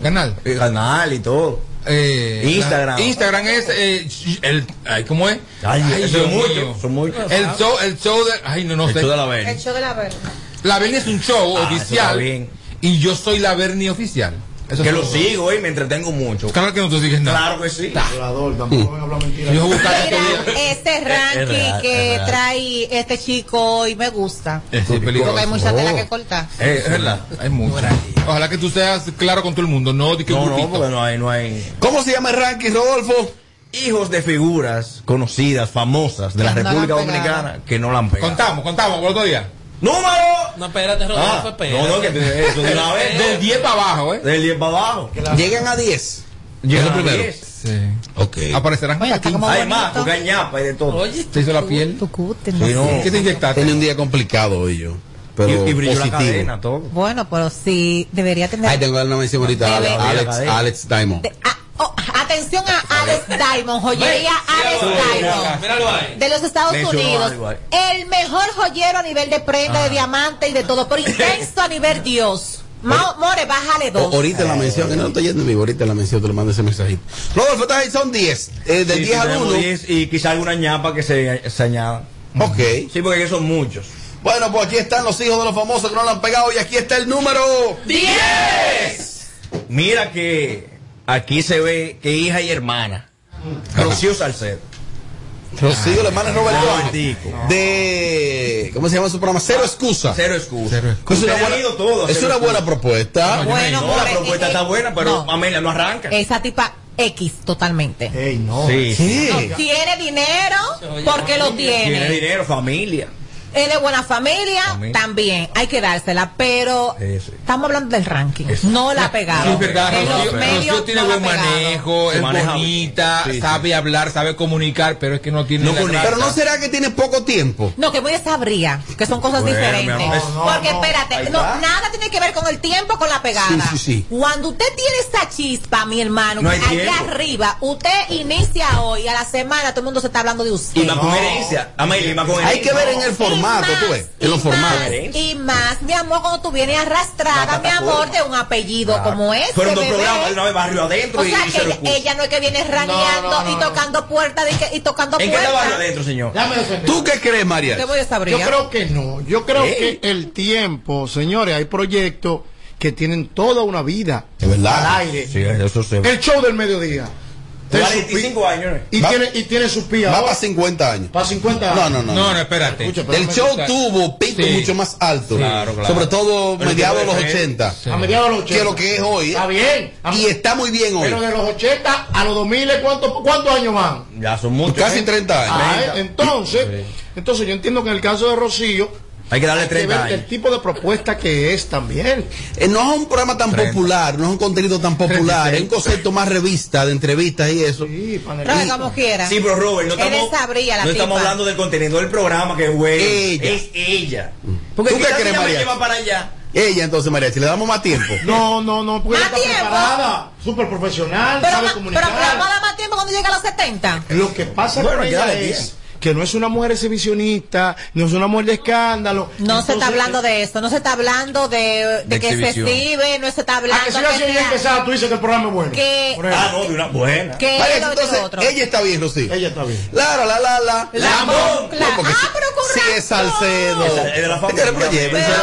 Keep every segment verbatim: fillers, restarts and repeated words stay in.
canal. El canal y todo. Eh, Instagram. La, Instagram es eh, el ay, ¿cómo es? Ay, ay son muchos, son muchos. El show, el show de ay no no el sé. Show de la Bernie. El show de la Bernie. La Bernie es un show ah, oficial y yo soy la Bernie oficial. Eso que lo todo. Sigo y me entretengo mucho. Claro que no te sigues nada. Claro que sí. Tampoco me habla mentira. Yo Mira, este ranking es, es que trae este chico hoy me gusta. Es peligroso. Porque hay mucha tela que cortar. Es, es verdad. Hay mucha. Ojalá que tú seas claro con todo el mundo, no de que no, no, porque no hay, no hay. ¿Cómo se llama el ranking, Rodolfo? Hijos de figuras conocidas, famosas de la no República Dominicana que no la han pegado. Contamos, contamos por otro día. ¡Número! No, espérate, Rodolfo, ah, espérate. No, no, que eso de una vez. Del diez para abajo, ¿eh? Del diez para abajo. Llegan a diez. Llegan a diez. Sí. Ok. Aparecerán Oye, hasta quince. Hay más, porque hay ñapa y de todo. Oye, ¿te hizo la piel? Tu cute, no Sí, no. sé. ¿Qué te inyectaste? Tiene un día complicado hoy yo. Pero y, y brilló positivo. la cadena, todo. Bueno, pero sí, debería tener. Ahí tengo que dar una mención ahorita a Debe- Alex, Alex, Alex Diamond. De- ah, oh, atención a Alex Diamond, joyería Alex Diamond. míralo ahí. De los Estados Mencionó Unidos, algo ahí. el mejor joyero a nivel de prenda, de diamante y de todo, pero intenso a nivel Dios. Ma- More, bájale O- dos. ahorita en la mención, que no estoy yendo en vivo, ahorita en la mención te lo mando ese mensajito. Rodolfo, estás ahí, son diez. Eh, del Sí, diez sí, al tenemos uno. diez y quizá alguna ñapa que se, se añada. Ok. Sí, porque aquí son muchos. Bueno, pues aquí están los hijos de los famosos que no lo han pegado y aquí está el número ¡diez! Mira que aquí se ve que hija y hermana. Rocío Salcedo. Rocío, la hermana de Roberto Robertico. Ángel. De. ¿Cómo se llama su programa? Cero excusa. Cero excusa. Cero Es una Ustedes buena, han ido todos a es Cero una Excusa. buena propuesta. Bueno, No, la More, propuesta eh, está buena, pero no. Amelia no arranca. Esa tipa X totalmente. Ey, no. Sí, sí. ¿Qué? Tiene dinero porque lo Tiene tiene. dinero, familia. Es de buena familia, Familia. también hay que dársela, pero Sí, sí. estamos hablando del ranking. No la ha pegado. Sí, es verdad, En los Rocío, medios Rocío tiene no la buen ha pegado. manejo, Se es maneja bonita, bien. Sí, sabe hablar, sabe comunicar, pero es que no tiene No la comunica. gracia. Pero no será que tiene poco tiempo. No, que muy desabría, que son cosas Bueno, mi diferentes. amor. No, Porque no, espérate, ahí no, está. nada tiene que ver con el tiempo, con la pegada. Sí, sí, sí. Cuando usted tiene esa chispa, mi hermano, No hay allá tiempo. arriba, usted inicia hoy, a la semana, todo el mundo se está hablando de usted. Y más con herencia. Amelia, y más con Hay que ver en el formato, Y tú ves. más, En los y formatos. más, Y más, mi amor, cuando tú vienes arrastrada, La mi amor, de un apellido Claro. como este. Fueron dos bebé. programas, una vez barrio adentro O y, sea y que Cero ella, Excusa. ella no es que viene raneando No, no, no, y no. tocando puertas y, que- y tocando ¿En qué está barrio puertas. adentro, señor? Déjame defender. ¿Tú qué crees, María? Te voy a Yo saber. creo que no. Yo creo ¿Eh? que el tiempo, señores, hay proyectos que tienen toda una vida Es verdad. al aire. Sí, eso se ve. El show del mediodía. Tiene su cuarenta y cinco pi- años, ¿eh? Y Va- tiene, y tiene su pía. Va para cincuenta años. Para cincuenta No, años. no, no. No, no, espérate. Escucha, pero El me show gusta. tuvo picos Sí. mucho más altos. Claro, claro. Sobre todo Pero mediados de tipo los de- ochenta. A mediados de los ochenta. Que lo que es hoy. ¿eh? Está bien. A- Y está muy bien hoy. Pero de los ochenta a los dos mil, ¿cuántos cuántos años van? Ya son muchos. Casi ¿eh? treinta años. Ah, ¿eh? Entonces, entonces yo entiendo que en el caso de Rocío, Hay que darle hay que treinta ver el años. tipo de propuesta que es también. Eh, no es un programa tan treinta. popular, no es un contenido tan popular, es un concepto más revista, de entrevistas y eso. Sí, Pero panelista. como quiera. Sí, pero Robert, no Él estamos, sabría la no estamos tipa. hablando del contenido del programa, que güey, Ella. es ella. Porque ¿Tú qué quizás crees, ella me María? lleva para allá. Ella entonces, María, si le damos más tiempo. No, no, no, porque Más ella está tiempo. preparada, súper profesional, Pero, sabe ma- comunicar. pero, pero vamos a dar más tiempo cuando llegue a los setenta. Lo que pasa Bueno, con hay que ella darle es tiempo. que no es una mujer exhibicionista, no es una mujer de escándalo. No se está Entonces, hablando de eso, no se está hablando de, de, De que se exhibición. exhibe, no se está A hablando que siga así que bien sea- que sea, tú dices que el programa es bueno. que- Por ejemplo. Ah, no, de una buena. que María, esto, esto, entonces, otro. ella está bien, Rocío. Ella está bien. La, la, la, la, la. Lambón, claro. porque Ah, si- pero con si es razón. Salcedo. Esa es de la familia. Ella le proyecta. Pero,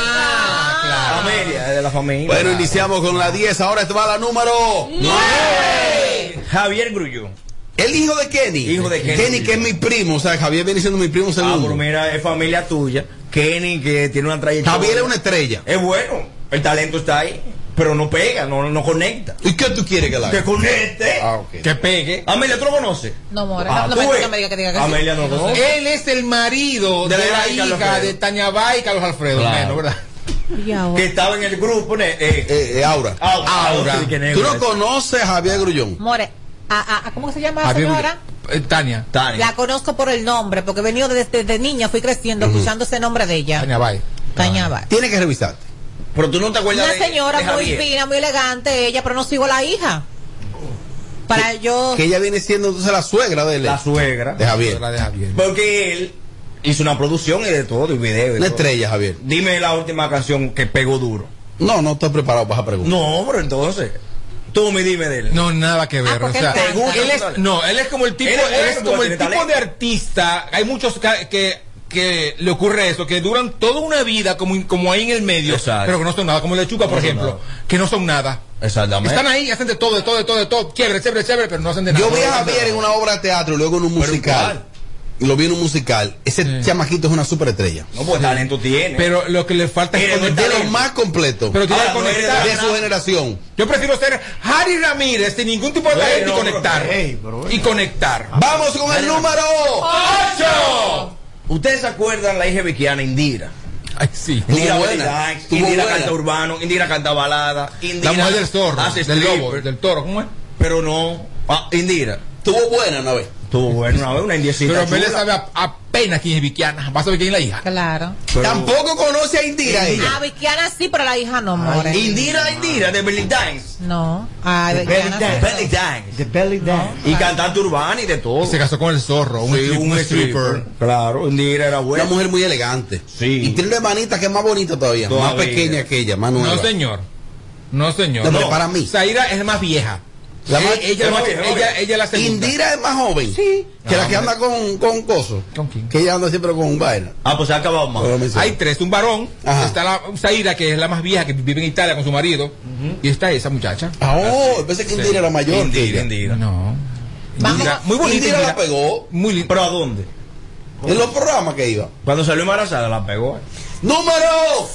Ah, claro. Familia, es de la familia. Bueno, iniciamos con la diez, ahora va la número Javier Grullón. El hijo de Kenny. Hijo de Kenny. Kenny, que es mi primo, o sea, Javier viene siendo mi primo Ah, segundo. pero mira, es familia tuya. Kenny, que tiene una trayectoria. Javier es una estrella. Es bueno, el talento está ahí, pero no pega, no, no conecta. ¿Y qué tú quieres que la Que haga? conecte. Ah, ok. Que pegue. Amelia, ¿tú lo conoces? No, more, Ah, no, no tú me, ves. no me diga que diga que sí. Amelia no lo conoce. Él es el marido de, De la la hija de Carlos hija Alfredo. de Tania Bay y Carlos Alfredo, Claro. menos, ¿verdad? Y ahora. Que estaba en el grupo. Eh, eh, Eh, eh, Aura. Aura. Aura. Sí, ¿quién es? ¿Tú no conoces a Javier Grullón? More, a, a, a- ¿cómo se llama la Javier- señora? eh, Tania. Tania. La conozco por el nombre, porque he venido desde, desde niña, fui creciendo escuchando ese nombre de ella. Tania Bay. Tania Bay. Tienes que revisarte. Pero tú no te acuerdas Una de señora de muy Javier? fina, muy elegante ella, pero no sigo la hija. Para yo... Que ella viene siendo entonces la suegra de él. La suegra. De Javier. La de Javier. Porque él hizo una producción y de todo, y video. y Una todo. estrella, Javier. Dime la última canción que pegó duro. No, no estoy preparado para esa pregunta. No, pero entonces. Tú me dime de él. No, nada que ver. Ah, o porque sea, él canta. él es, no, él es como el tipo, Él es él es bueno, como el tiene tipo talento. de artista. Hay muchos ca- que, que le ocurre eso, que duran toda una vida como, como ahí en el medio, Exacto. pero que no son nada, como Lechuga, por No son ejemplo, nada. que no son nada. Exactamente. Están ahí, hacen de todo, de todo, de todo, de todo, chévere, chévere, chévere, pero no hacen de nada. Yo vi No a hacen de Javier en nada. una obra de teatro y luego en un Pero musical. Lo vi en un musical. Ese Sí. chamaquito es una superestrella. No, pues talento tiene. Pero lo que le falta Mire, es no Es conectar. de lo más completo Pero tiene Ahora, que no eres conectar. de su generación. Yo prefiero ser Harry Ramírez sin ningún tipo de Ey, talento no, y conectar. Ey, pero, y conectar. Vamos con el número. ¡Ocho! ¿Ustedes se acuerdan la hija viquiana Indira? Ay, sí. Estuvo Indira buena, Belly Dance, estuvo Indira buena. canta urbano, Indira canta balada, Indira La mujer del zorro, hace del lobo, stripper, del toro, ¿cómo es? pero no. Ah, Indira. Estuvo buena una vez. Tuvo bueno una vez, una indiecita Pero Vélez chula. sabe a- apenas quién es Viquiana. Va a saber quién es la hija. Claro. Pero- Tampoco conoce a Indira ella. A Vikiana sí, pero la hija no, more. Indira, Indira, de Belly Dance. No. A The Vikiana Belly sí. Belly Dance. The Belly Dance. Y cantante urbana y de todo. Se casó con el zorro, un, Sí, strip- un un stripper. stripper. Claro, Indira era Una buena. mujer muy elegante. Sí. Y tiene una hermanita que es más bonita todavía. Más Todavía. pequeña que ella, más nueva. No, señor. No, señor. No, pero para mí. Zaira es más vieja. La más- Eh, ella, es la- más vieja, más ella, vieja. ella la segunda. Indira es más joven. Sí. Que Ah, la que anda con, con coso. ¿Con quién? Que ella anda siempre con un vaina. Ah, pues se ha acabado más. No lo menciono. Hay tres, un varón, Ajá. está la Zaira, que es la más vieja, que vive en Italia con su marido, y está esa muchacha. Ah, oh, pensé que Indira Sí. era mayor que Indira, ella. Indira. No. Vamos. Indira, muy bonita. Indira Indira. la pegó Muy linda. ¿Pero a dónde? en los programas que iba. Cuando salió embarazada la pegó. ¡Número!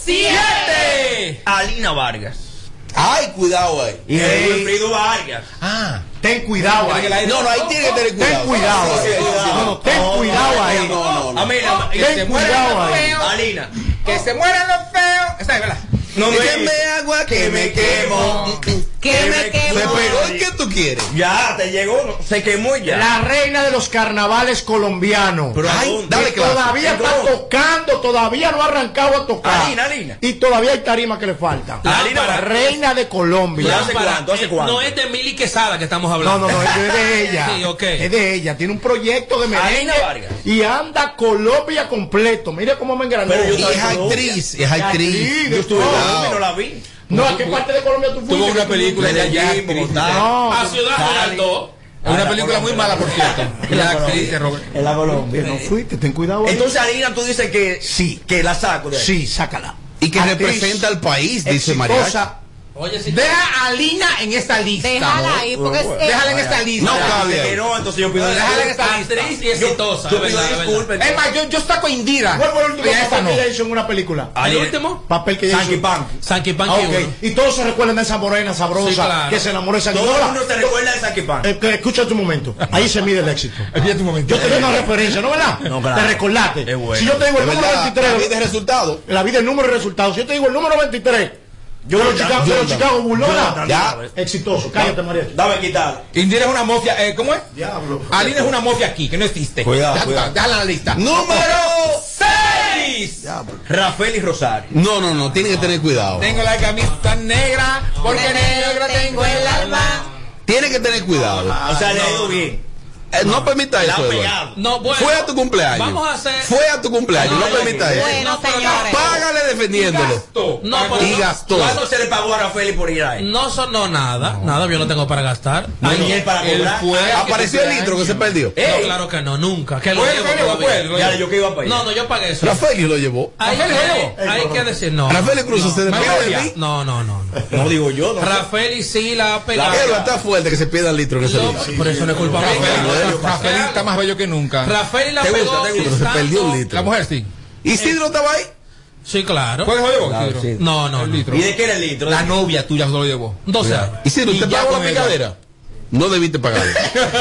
¡Siete! Alina Vargas. ¡Ay, cuidado ahí! Y Ey. Wilfrido Vargas. Ah. Ten cuidado ahí. No, no, ahí tiene que tener cuidado. Ten cuidado Sí, sí, ahí. sí, sí. No, no, ten No, cuidado no, ahí. No, no, no. A mí, la- Que Ten se mueran cuidado los ahí. feos. Alina. Que se mueran los feos. Esa es verdad. No me Échame agua que me quemo. Que me Se quemo. pegó, ¿y qué tú quieres? Ya, te llegó, no, se quemó ya. La reina de los carnavales colombianos. Pero ¿a Ay, dónde? dale que clase. todavía está ¿En dónde? tocando, todavía no ha arrancado a tocar. Alina, Alina. Y todavía hay tarima que le falta. Alina La Vargas. reina de Colombia. ¿Hace cuánto? ¿Hace eh, cuánto? No es de Mili Quesada que estamos No, hablando. no, no, es de, es de ella. Sí, ok. Es de ella. Tiene un proyecto de merengue Alina Vargas. y anda Colombia completo. Mire cómo me engranó. Pero yo Y estaba es en Colombia. actriz, es actriz. Actriz, Yo estuve en Cuidado. Colombia y no la vi. No, ¿a qué parte de Colombia tú fuiste? Tuvo una película de allá, Medellín, Bogotá. No, A Ciudad Real dos. Es una película muy mala, por cierto. En la La actriz Colombia. de Robert. En la Colombia. no fuiste, ten cuidado ahí. Entonces, Alina, tú dices que Sí. que la saco de ahí. Sí, sácala. Y que Actriz representa al país, dice Mariachi. exitosa. Oye, si Deja a Lina en esta lista. Déjala ahí, porque es. Déjala en esta lista. No cabe Que ahí. no, entonces yo pido Déjala en esta disculpas. actriz y exitosa. Yo es pido verdad, es disculpas. Es más, yo, yo saco a Indira. ¿Cuál fue el último Y a esta papel no. que ella hizo en una película? ¿El Alina. último? Papel que ella Sanky hizo. Pan. Sanky Ah, Panky ok. uno. Y todos se recuerdan de esa morena sabrosa Sí, claro. que se enamoró de esa Todo el Ahora, mundo se recuerda de Sanky Pan. eh, que escucha tu momento. Ahí se mide el éxito. Espera un momento. Yo te doy una referencia, ¿no verdad? No, claro. Te recordaste. Es bueno. Si yo te digo el De número verdad, la vida veintitrés, es resultado. la vida, el número y resultados. Si yo te digo el número veintitrés, yo de los Chicago, de los Chicago Bulls, ¿no verdad? Ya. Exitoso. Cállate, María. Dame quitar. Indira es una mafia. Eh, ¿Cómo es? Diablo. Alina es una mafia aquí, que no existe. Cuidado, Déjala- cuidado. Déjala en la lista. Número. ¡Seis! Rafael y Rosario. No, no, no, tiene que tener cuidado. Tengo la camisa negra, porque negra tengo el alma. Tiene que tener cuidado. O sea, le ha ido bien. Eh, no permita La ha eso, Eduardo. pegado. No, bueno. Fue a tu cumpleaños. Vamos a hacer. Fue a tu cumpleaños, no, No, permita eso. Bueno, No, pero señores. Págale defendiéndolo. Gasto. No, Pago. pero Y no- gastó. ¿Cuánto se le pagó a Rafael por ir ahí? No sonó nada. Nada, yo no tengo para gastar. No, ni él para Él cobrar. fue- Apareció el litro que se perdió. Ey. No, claro que no, nunca. Que lo Fue, llevo fue, todavía. fue, fue. Ya, yo que iba para allá. No, no, yo pagué eso. Rafael lo llevó. Hay, Rafael lo hay- llevó. hay que decir no. Rafael incluso se despide de Magnolia. mí. No, no, no. no. No digo yo, no. Rafael y sí la ha pegado. Pero está fuerte que se pierda el litro en ese Lo- litro. Por eso no es culpa mía. Rafael, Rafael está más bello que nunca. Rafael la ¿Te gusta, pegó. te gusta? Pero se tanto- perdió un litro. La mujer sí. ¿Isidro estaba ahí? Sí, claro. ¿Cuál lo llevó? Claro, Isidro? sí. No, no, El no. litro. ¿Y de qué era el litro? La novia tuya se lo llevó. doce años. Isidro, Y ¿usted ya pagó con la ella. picadera? No debiste pagarla.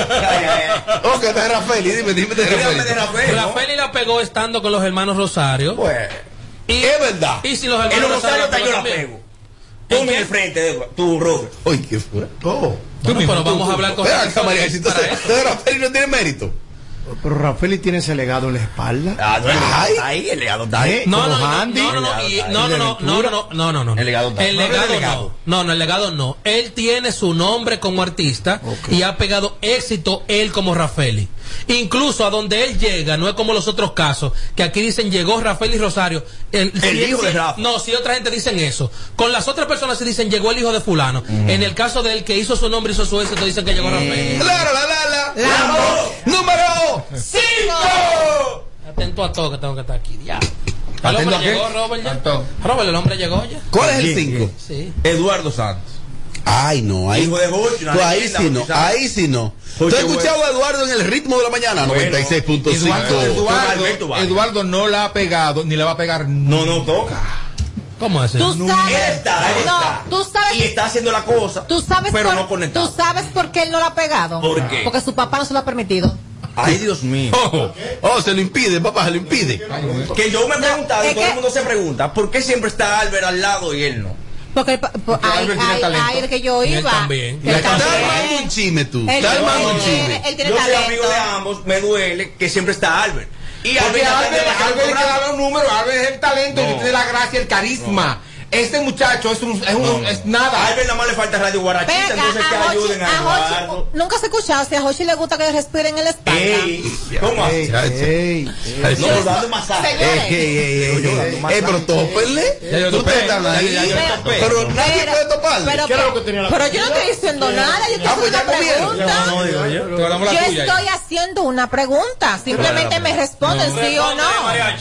Ok, te es Rafael. Y dime, dime de Dígame de Rafael. Rafael. ¿no? Rafael la pegó estando con los hermanos Rosario. Pues, Y, Es verdad. y si los en hermanos los Rosario la hasta yo la también. pego. Ponme en el frente, de tu Robert. Oye, ¿qué fue? Oh. Bueno, mismo, pero tú, vamos tú, a hablar con Espera acá, María. para Entonces, eso. entonces Rafael no tiene mérito. Pero Rafael tiene ese legado en la espalda. Ah, no, el legado Ay. está ahí, el legado está ahí. No, no, Como no, Andy. no, no, no, y- no, no, no, no, no, no, no, no. El legado está. El No, no, legado el legado. no. No, no, el legado no. Él tiene su nombre como artista y ha pegado éxito él como Rafaeli. Incluso a donde él llega, no es como los otros casos, que aquí dicen llegó Rafael y Rosario. El, El si- hijo de si- Rafa. No, si otra gente dicen eso. Con las otras personas se dicen llegó el hijo de fulano. En el caso de él que hizo su nombre, hizo su éxito, dicen que llegó Rafael. La, la, la, la, la. La- Número cinco. Atento a todo que tengo que estar aquí. Ya. ¿El ¿Atento hombre a qué? llegó, Robert? Ya? Atento. Robert, el hombre llegó ya. ¿Cuál es el ¿Quién, cinco? Sí. Eduardo Santos. Ay, no, ahí, Hijo de Jochi, una tú ahí leyenda, sí no, bautizado. ahí sí no. ¿Tú Jochi, has escuchado a Eduardo en el ritmo de la mañana? Bueno, noventa y seis punto cinco. Eduardo, Eduardo, Alberto Valle. Eduardo no la ha pegado ni la va a pegar. No, no toca. ¿Cómo es eso? Tú sabes. Él está, él no, está. tú sabes. Y está haciendo la cosa. Tú sabes, pero por, no conectado. tú sabes por qué él no lo ha pegado. ¿Por qué? Porque su papá no se lo ha permitido. Ay, Dios mío. Oh, oh, se lo impide, papá, se lo impide. Que yo me he preguntado, es y todo el que- mundo se pregunta, ¿por qué siempre está Albert al lado y él no? Porque, el pa- por- Porque ahí, Albert tiene ahí- talento. ahí el que yo Y él iba. también. Él Está también. armando un chisme tú. Él- Está armando él un tiene- chisme. Él tiene Yo soy talento. amigo de ambos, me duele que siempre está Albert. Y Porque Albert Albert, está Albert hay que darle un número, Albert es el talento, No. y tiene la gracia, el carisma. Este muchacho es, un, es, un- es A nada. Albert nada más le falta Radio Guarachita, Venga, entonces que a Hochi, ayuden a a Eduardo. Hochi, nunca se ha escuchado si a Hochi le gusta que le respiren en la espalda. Ey, ¿cómo así? Ey, ey, ey. No, dando masaje. Señores. Ey, ey, ey, ey, Yo ey, dando más ey, pero tópenle. Ya yo Tú topé, te estás ya- ahí. ya yo topé. Pero nadie puede toparle. Pero, ¿Qué era lo que tenía la pero yo no estoy diciendo nada, yo estoy Ah, pues haciendo ya una comieron. pregunta. No, digo yo. Te hablamos la Yo tuya. estoy haciendo una pregunta, simplemente me responden sí o no.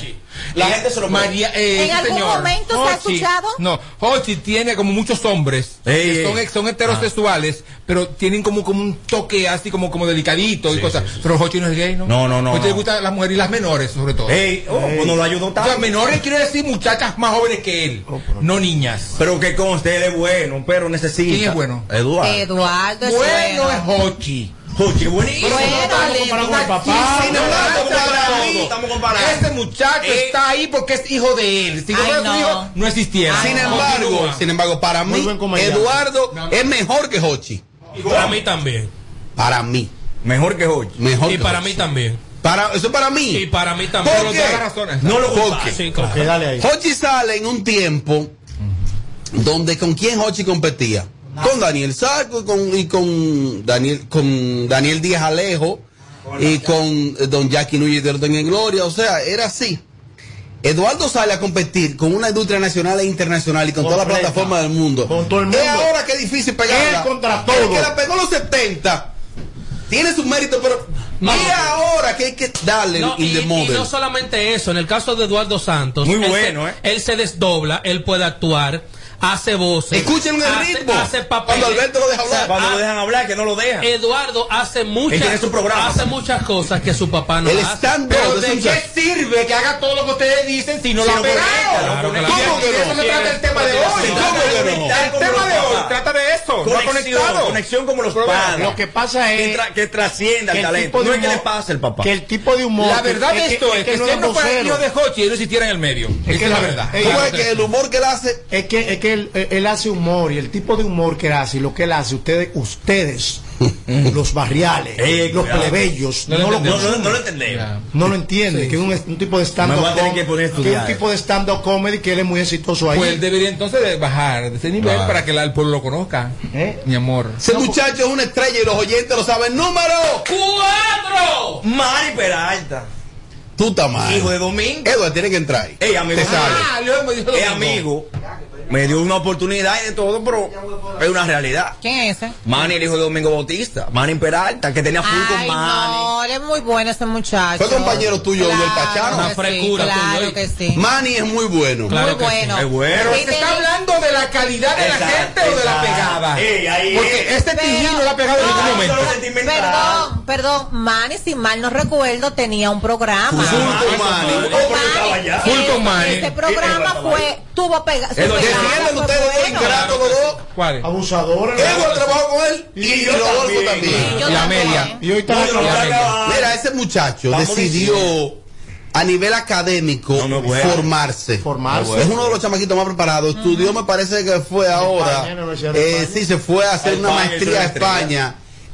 La gente se lo María, eh, ¿En algún señor, momento se ha Hochi- escuchado? No, Hochi tiene como muchos hombres Ey, que son, ey. son heterosexuales, pero tienen como, como un toque así como, como delicadito y cosas. Pero Hochi no es gay, ¿no? No, no, no, Hochi le no. gustan las mujeres y las menores, sobre todo. Ey, oh, pues no lo ayudó O sea, tanto. menores quiere decir muchachas más jóvenes que él, no niñas. Pero que conste, él es bueno, pero necesita. ¿Quién es bueno? Eduardo. Eduardo es Bueno bueno. es Hochi. Jochi, buenísimo. Bueno, Estamos comparando con el papá. Sin embargo, para mí, estamos comparando. Este muchacho Eh, está ahí porque es hijo de él. Si no Ay, fuera su no. hijo, no existiera. Sin Ay, embargo, Continúa. sin embargo, para Muy mí, buen comediante. Eduardo es mejor que Hochi. Para mí también. Para mí. Mejor que Jochi. Mejor Y que para Hochi. mí también. Para, eso es para mí. Y para mí también. ¿Por Pero qué? todas las razones. No lo ¿Por compara. qué? Sí, claro. Ok, dale ahí. Hochi sale en un tiempo donde con quién Hochi competía. Con Daniel Sarco y con, y con Daniel con Daniel Díaz Alejo y con eh, Don Jackie Núñez de Orden en Gloria. O sea, era así. Eduardo sale a competir con una industria nacional e internacional y con toda la Completa. plataforma del mundo. Con todo el mundo. Es ahora que es difícil pegarla. Él contra El todo. que la pegó en los setenta tiene su mérito, pero No. es ahora que hay que darle No, in y, the y model. no solamente eso, en el caso de Eduardo Santos, Muy él bueno, se, ¿eh? él se desdobla, él puede actuar, hace voces. Escuchen el hace- ritmo. Hace papeles. Cuando Alberto lo deja hablar. Cuando Ah, lo dejan hablar, que no lo dejan. Eduardo hace muchas, Él tiene su programa. hace muchas cosas que su papá no El hace. stand-up Pero de ¿de ese qué muchacho. sirve que haga todo lo que ustedes dicen si no lo Si ha no conecta, pegado? no conecta. ¿Cómo que ¿Cómo no? Eso se trata el tema de hoy. ¿Cómo que no? El tema de hoy trata de eso. No ha Conexión, conectado. conexión como los Pero padres. Lo que pasa que, es tra- que trascienda que el el talento. tipo de No es que humor- le pase el papá. que el tipo de humor. La verdad de que- esto es que, no si él no fuera el vocero. tío de Hochi, él no existiera en el medio. Esa es que la la- verdad. Ey, ¿Cómo es que el humor que él hace? Es que, es que él, él hace humor y el tipo de humor que él hace y lo que él hace, ustedes, ustedes, los barriales, Ey, los cuidado. plebeyos, No no, lo lo No, no, consumen. no lo entendemos. No lo entiende, que es un, un tipo de stand-up Me voy a tener com- que poner a que es estudiar. un tipo de stand-up comedy que él es muy exitoso ahí. Pues él debería entonces de bajar de ese nivel Claro. para que la- el pueblo lo conozca. ¿Eh? Mi amor. Ese muchacho es una estrella y los oyentes lo saben. ¡Número! ¡Cuatro! Mari Peralta, Tú estás mal. hijo de Domingo. Edward tiene que entrar ahí. Ey, amigo. Te sale. Ah, León me dijo lo Es mismo. amigo. Me dio una oportunidad y de todo, pero es una realidad. ¿Quién es ese? Manny, el hijo de Domingo Bautista. Manny Peralta, que tenía full con Ay, Manny. no, él es muy bueno ese muchacho. Fue compañero tuyo del Pachano. que Una sí, frescura claro tuyo. que sí. Manny es muy bueno. Claro muy que sí. bueno. Es bueno. Pero Sí, ¿se está te- hablando de la calidad de la Exacto, gente o de la exacto. pegada? Ey, ahí Porque es. este Pero- tijín no la ha pegado en no, ningún no, momento. Solo sentimental. Perdón, perdón, Manny, si mal no recuerdo, tenía un programa. Full con Manny. Oh, porque estaba allá. Full con ese- Manny. Ese programa fue, tuvo pega, su Es lo que pegada Defienden fue ustedes dos bueno. ingratos los dos. ¿Cuál es? Abusadores. Edward trabajó con él y, Y yo Rodolfo también. también. Y yo Y también. Amelia. Y hoy está No, yo no la- voy a acabar. Mira, ese muchacho Vamos decidió diciendo. a nivel académico No, no es bueno. formarse. Formarse. Es uno de los chamaquitos más preparados. Estudió, me parece que fue ahora. España, en la Universidad de eh, España. sí, se fue a hacer A una España, maestría hizo a la estrella. España.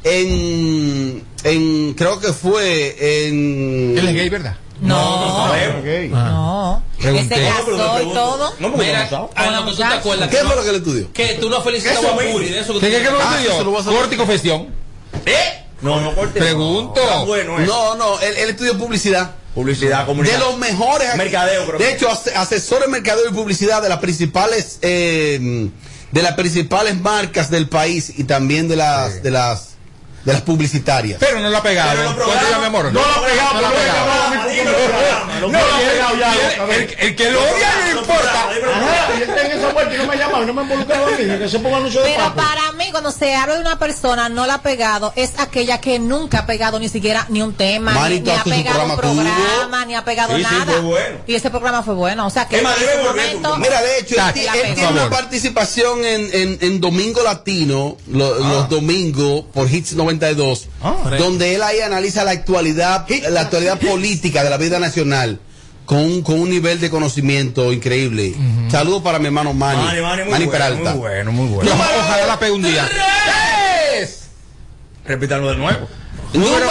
en, en creo que fue en... Él es gay, ¿verdad? No, Ok. no. Que se Pregunté. casó y todo. No, porque Mira, no sabe. a lo que tú te acuerdas. ¿Qué que fue no- lo que le estudió? Que tú no felicitas Eso a mismo. Bamburi, de eso que ¿Qué, tú qué, qué, Ah, qué eso lo voy a estudió? saber. Corte y confesión. ¿Eh? No, no corte. Pregunto. Está bueno, eh. No, no, él, él estudió publicidad. Publicidad, De comunicación. los mejores aquí. Mercadeo, creo De que. hecho, ase- asesor en mercadeo y publicidad de las principales eh, de las principales marcas del país y también de las de las de las publicitarias. Pero no lo ha pegado. Pero los ¿Cuánto ya, programas- mi amor? No lo ha pegado, No pero lo ha no pegado. ha pegado. Dime los programas, los No lo ha programas. pegado ya. El, el- el que lo odia no Los importa. programas, dime los programas. Ajá, y él está en esa vuelta y no me ha llamado y no me ha involucrado a mí. Que se ponga anuncio de Pero papo. para mí, cuando se habla de una persona no la ha pegado, es aquella que nunca ha pegado ni siquiera ni un tema, ni, Manito, ni ha hace su pegado un programa programa, tuyo. ni ha pegado Sí, sí, nada. fue bueno. Y ese programa fue bueno. O sea que Es más, en debe su volver momento- tu- Mira, de hecho, él, Tachi, ti- por él tiene favor. una participación en, en, en Domingo Latino, lo- los domingos, por Hits noventa y dos, donde él ahí analiza la actualidad, la actualidad política de la vida nacional, con un, con un nivel de conocimiento increíble. Saludos para mi hermano Manny, Manny, Manny, muy Manny bueno, Peralta. muy bueno, muy bueno. No, ojalá la pegue un día. ¡Tres! Repítalo de nuevo. Número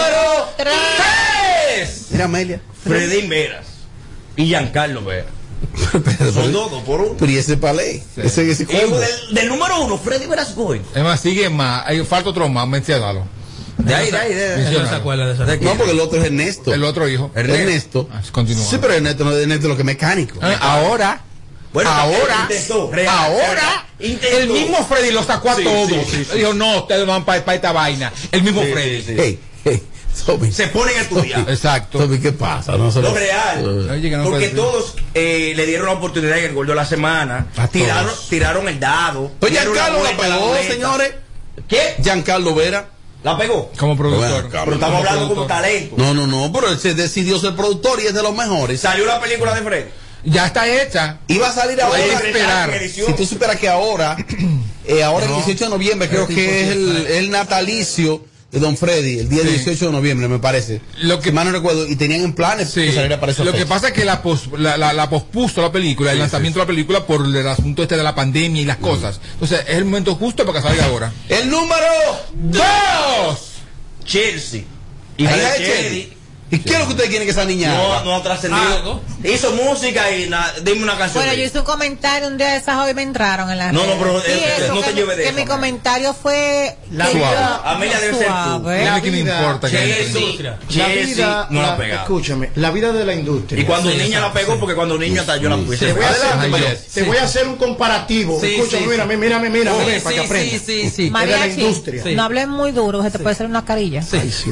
¡Tres! Mira, Amelia. Fredín Veras y Giancarlo Vera. Son dos, dos por uno. Pero y ese palé, ese, ese Y combo. del, del número uno, Freddy Veras Goy. Es más, sigue más. Hay, falta otro más, mencionalo. De ahí, de ahí, de ahí. Él no se acuerda de eso. ¿De No, porque el otro es Ernesto. El otro hijo. Ernesto. Ernesto. Ah, continúa. Sí, pero Ernesto no es Ernesto lo que es mecánico. Eh, Ahora. Bueno, ahora. intentó, real, ahora. real. Intentó. El mismo Freddy los sacó a Sí, todos. sí, sí, sí. Dijo, no, ustedes van para esta vaina. El mismo Sí, Freddy. sí, sí. Hey, hey, Sobi. Se ponen a estudiar. Exacto. Sobi, ¿qué pasa? No se Lo lo- real. Oye, que no Porque puede ser. todos eh, le dieron la oportunidad en el gol de la semana. A Tiraron, todos. tiraron el dado. Pues dieron Giancarlo la vuelta a pegó, boleta. señores. ¿Qué? Giancarlo Vera. La pegó. Como productor. Bueno, Pero estamos hablando como productor. talento. No, no, no, pero él se decidió ser productor y es de los mejores. Salió la película de Freddy. Ya está hecha. Iba a salir ahora. Hay que esperar. Si tú supieras que ahora, eh, ahora el dieciocho de noviembre, creo que es el, el natalicio de Don Freddy, el día Sí. dieciocho de noviembre, me parece. Lo que- Si mal no recuerdo, y tenían en planes Sí. que saliera para esa Lo que fecha. pasa es que la, pos- la, la- la pospuso la película, el lanzamiento de la película por el asunto este de la pandemia y las cosas. Entonces es el momento justo para que salga ahora. El número ¡Dos! Chelsea. Hija Hija de de Chelsea. Chelsea. ¿Y qué es lo que ustedes quieren que esa niña No, haga? no ha trascendido. Algo. Hizo música y na- dime una canción. Bueno, de yo ella. hice un comentario un día de esas hoy me entraron en la No, no, pero, Sí, eh, eso, no que te mi- lleve de que eso, mi Amelia. comentario fue La que suave. yo- Amelia debe ser tú. suave. Dime que me vida- importa que Chelsea, entre. Industria. La Chelsea vida, no la ha la- pegado. escúchame, la vida de la industria. Y cuando Sí, niña la exacto, pegó, sí. porque cuando niña hasta yo la puse. Te voy a hacer, Adelante, te- Mayet. te voy a hacer un comparativo. Sí, Escúchame, sí, mírame, sí. mírame, mírame, Sí, ven, para que sí, aprendas. sí, sí, sí. Es de la Mariachi, industria. Sí. no hables muy duro, se te puede hacer una carilla. Ay, sí,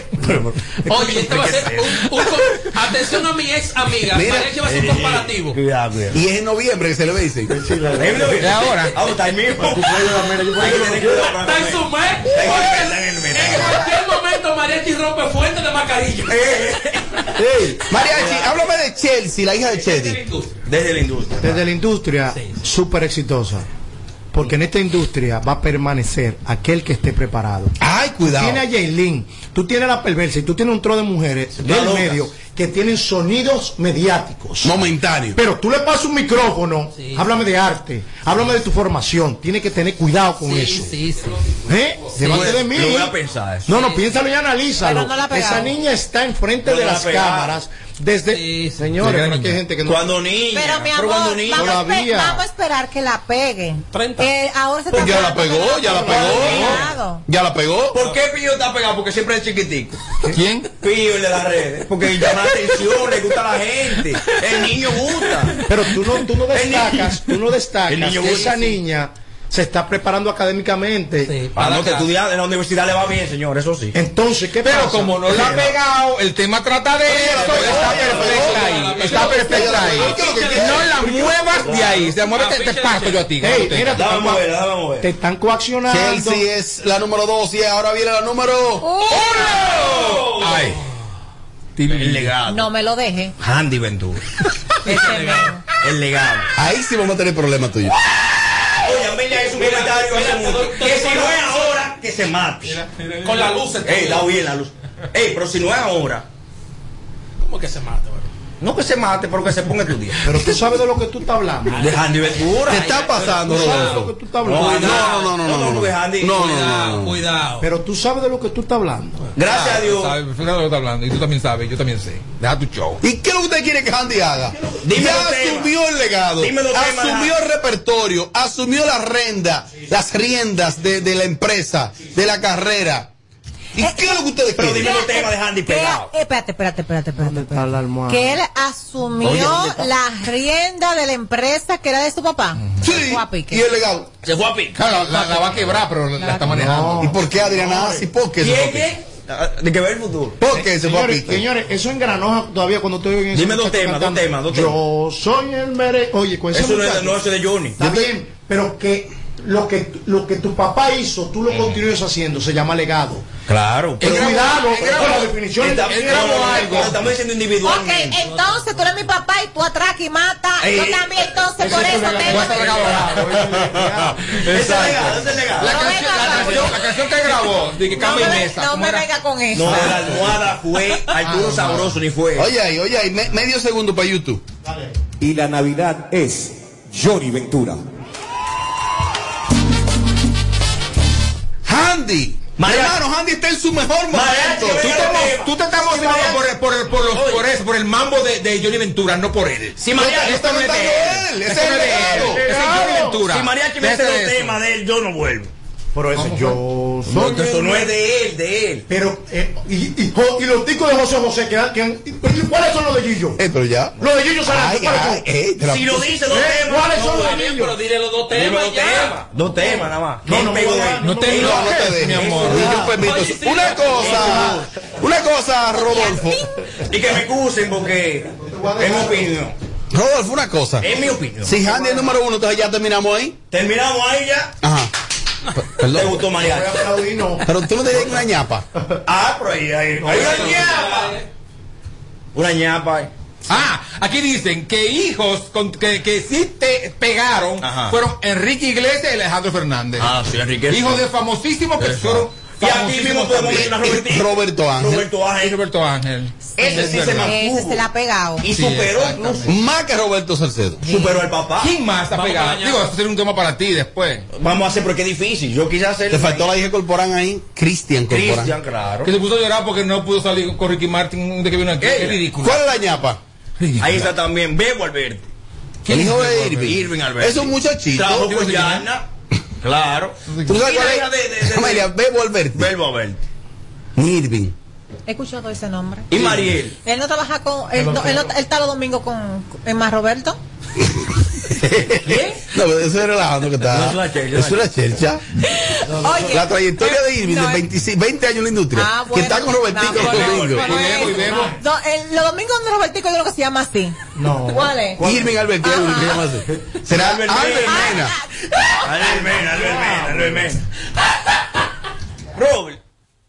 Oye, este va a ser un, un co- atención a mi ex amiga. Mira. Mariachi va a ser un comparativo. Cuidado, cuidado. Y es en noviembre que se le dice. ¿Es ahora? Ah, está ahí mismo. Hay que tener cuidado con la Está en su mes. Hay que Oye, pensar en el en mercado. cualquier momento Mariachi rompe fuente de mascarilla. Hey, Mariachi, háblame de Chelsea, la hija de Chelsea. Desde la industria. Desde la industria, Sí. súper exitosa. Porque en esta industria va a permanecer aquel que esté preparado. Ay, cuidado. Tiene a Yailin, tú tienes la perversa y tú tienes un tro de mujeres del locas. medio que tienen sonidos mediáticos. Momentáneo. Pero tú le pasas un micrófono, Sí. háblame de arte, háblame de tu formación, tienes que tener cuidado con Sí, eso. sí, sí. ¿Eh? Llévate de mí. Lo voy a pensar eso. No, no, piénsalo y analízalo. Pero no la ha pegado. Esa niña está enfrente No de la ha las pegado. cámaras desde... Sí, sí. Señores, Desde pero aquí hay niña. gente que no... Cuando niña. Pero mi amor, cuando niña. vamos, a espe- Todavía. vamos a esperar que la pegue. treinta. Eh, ahora se Pues está ya la hablando pegó, de ya la Cuidado. pegó. Ya la pegó. ¿Por qué Pío está pegado? Porque siempre es chiquitico. ¿Quién? Pío el de las redes. Porque llama la atención, le gusta a la gente. El niño gusta. Pero tú no, tú no El niño- destacas, tú no destacas El niño que bueno, esa sí. niña se está preparando académicamente. Sí, Para no que clase. estudiar en la universidad le va bien, señor, eso sí. Entonces, ¿qué Pero pasa? como no la ha pegado, el tema trata de eso. Está perfecta ahí. Está perfecta ahí. No la muevas de ahí. Se mueve, te, te paso yo a ti. Ey, mira, te Dame están, mover, dame mover. te están coaccionando. Chelsea es la número dos y ahora viene la número Ay. El legado. No me lo deje. Handy Ventura. Ese mismo. El legado. Ahí sí vamos a tener problemas tuyos. Oye, Amelia hizo un Mira, comentario mira, hace te mucho. doy- te Que doy si una no es razón. ahora, que se mate. Con la luz. Ey, da bien la luz. Ey, pero si no es ahora. ¿Cómo que se mata, bro? No que se mate, pero que se ponga a estudiar. Pero tú sabes de lo que tú estás hablando. De Handy Ventura. ¿Qué está pasando, Tú sabes de Rodolfo? lo que tú estás hablando. No, no, no, no, no, no, porque Handy- no, no, Cuidado, no, no. cuidado. Pero tú sabes de lo que tú estás hablando. Gracias a Dios. Sabes, fíjate lo que está hablando. Y tú también sabes, yo también sé. Deja tu show. ¿Y qué es lo que usted quiere que Handy haga? Dime Ya los temas. asumió el legado, Dime los temas, asumió Handy. el repertorio, asumió la renda, las riendas de, de la empresa, de la carrera. ¿Y Eh, qué es lo que ustedes Pero quieren? dime los temas de Handy Que- pegado. eh, Espérate, espérate, espérate, espérate. ¿Dónde está la almohada? Que él asumió Oye, ¿dónde está? la rienda de la empresa que era de su papá. Sí, Fue a pique. y el legado. Se fue a picar. Claro, la, la va a quebrar, pero la, la está manejando. ¿Y por qué Adriana así? ¿Por qué se fue a ¿Quién pique? qué? Ah, De que ver el futuro. ¿Por qué se fue a Señores, pique? señores, eso engranoja todavía cuando estoy en ese Dime dos muchacho temas, dos cantando. temas, dos Yo soy el mere... Oye, con ese Eso no es, muchacho. no es de Johnny. Está bien, pero que lo que lo que tu papá hizo, tú lo continúes haciendo, se llama legado. Claro. Pero grabó- cuidado, él grabó- con la definición. Está- él grabó no, no, algo. no, Estamos diciendo Ok, individualmente. entonces tú eres mi papá y tú atracas y matas. Ey, Yo también, entonces por Ese eso es el tengo. legado. Ese es legado, ese es legado. La No canción, venga, la, canción, la canción que grabó, de que No cambia me, y ve- mesa. no ¿cómo me era? venga con eso. No, la almohada fue Arturo Sabroso, ni fue. Oye ahí, oye ahí, me- medio segundo para YouTube. Y la Navidad es Johnny Ventura. Handy. María- Hermano, Handy está en su mejor Mariachi, momento. Tú venga, te, emo- venga. tú te estás emocionando por, el- por, el- por, los, Oye. por eso, por el mambo de, de Johnny Ventura, no por él. Si Mariachi Esto no es de cantando él. él, ese Esto es no el es de legado. él. Ese es Johnny Ventura. Si Mariachi me Déjate hace de los eso. temas de él, yo no vuelvo. Pero ese yo No, soy. que eso no es de él, de él. Pero, eh, y, y, jo- y los ticos de José José, que, han- que han- ¿cuáles son los de Gillo? Eh, pero ya. Los de Gillo Sarante, Ay, ¿cuáles ay, son? eh, te la- Si lo dice dos Eh, temas. ¿cuáles no son los vuelvo. de Bien, pero dile los dos Dime temas dos ya. temas. Dos temas nada más. No, ¿Quién no me pegó voy a- de él? No te No, no te enojes, dejes. mi amor. Y yo permito Oye, eso. sí, Una sí. cosa, una cosa, Rodolfo. Y que me excusen porque es mi opinión. Rodolfo, una cosa. Es mi opinión. Si Handy es el número uno, entonces ya terminamos ahí. Terminamos ahí ya. Ajá. P- ¿Te Perdón. gustó Voy a Mariachi? aplaudir, no. Pero tú no te digas una ñapa. Ah, pero ahí hay hay una ñapa. Una ñapa. ahí. Ah, aquí dicen que hijos con- que, que sí te pegaron Ajá. fueron Enrique Iglesias y Alejandro Fernández. Ah, sí, Enrique. Hijos de famosísimos que fueron Y aquí mismo podemos también. mencionar a Robertito. Roberto Ángel. Roberto Y Ángel. Roberto Ángel. Ese sí Es se verdad. mantuvo. Ese se la ha pegado. Y Sí, superó exactamente. incluso. Más que Roberto Salcedo. Superó al papá. ¿Quién más ha Vamos pegado? para allá. Digo, eso sería un tema para ti después. Vamos a hacer porque es difícil. Yo quise hacer. Te faltó la hija Corporán ahí. Cristian Corporán. Cristian, claro. Que se puso a llorar porque no pudo salir con Ricky Martin de que vino aquí. Ella. Es ridículo. ¿Cuál es la ñapa? Ridículo. Ahí está también Bebo Alberti. El hijo de es Irving. Irving Alberti. Es un muchachito. Trabajó Digo, con sí, Yana. Claro. ¿Tú sabes Y cuál la es? hija de- de- de- Amelia, Bebo Alberti. Bebo Alberti. Irving. He escuchado ese nombre. Y Mariel. Él no trabaja con. Él, no, él, no- él está los domingos con. En Más Roberto. ¿Quién? No, pero eso es relajando que está. No, es una chercha, Es una chercha. Oye. La trayectoria de Irving no, de él- veinticinco, veinte años en la industria. Ah, que bueno, está con Robertico no, los bueno, domingos. bueno, Y Bebo, y Bebo. No, el- los domingos de Robertico yo creo que se llama así. No. ¿Cuál es? Irving Alberti, Ajá. ¿qué se llama así? Será Albert Albert Mena. Mena. Albert Mena, Albert Mena, Albert Mena. Robert.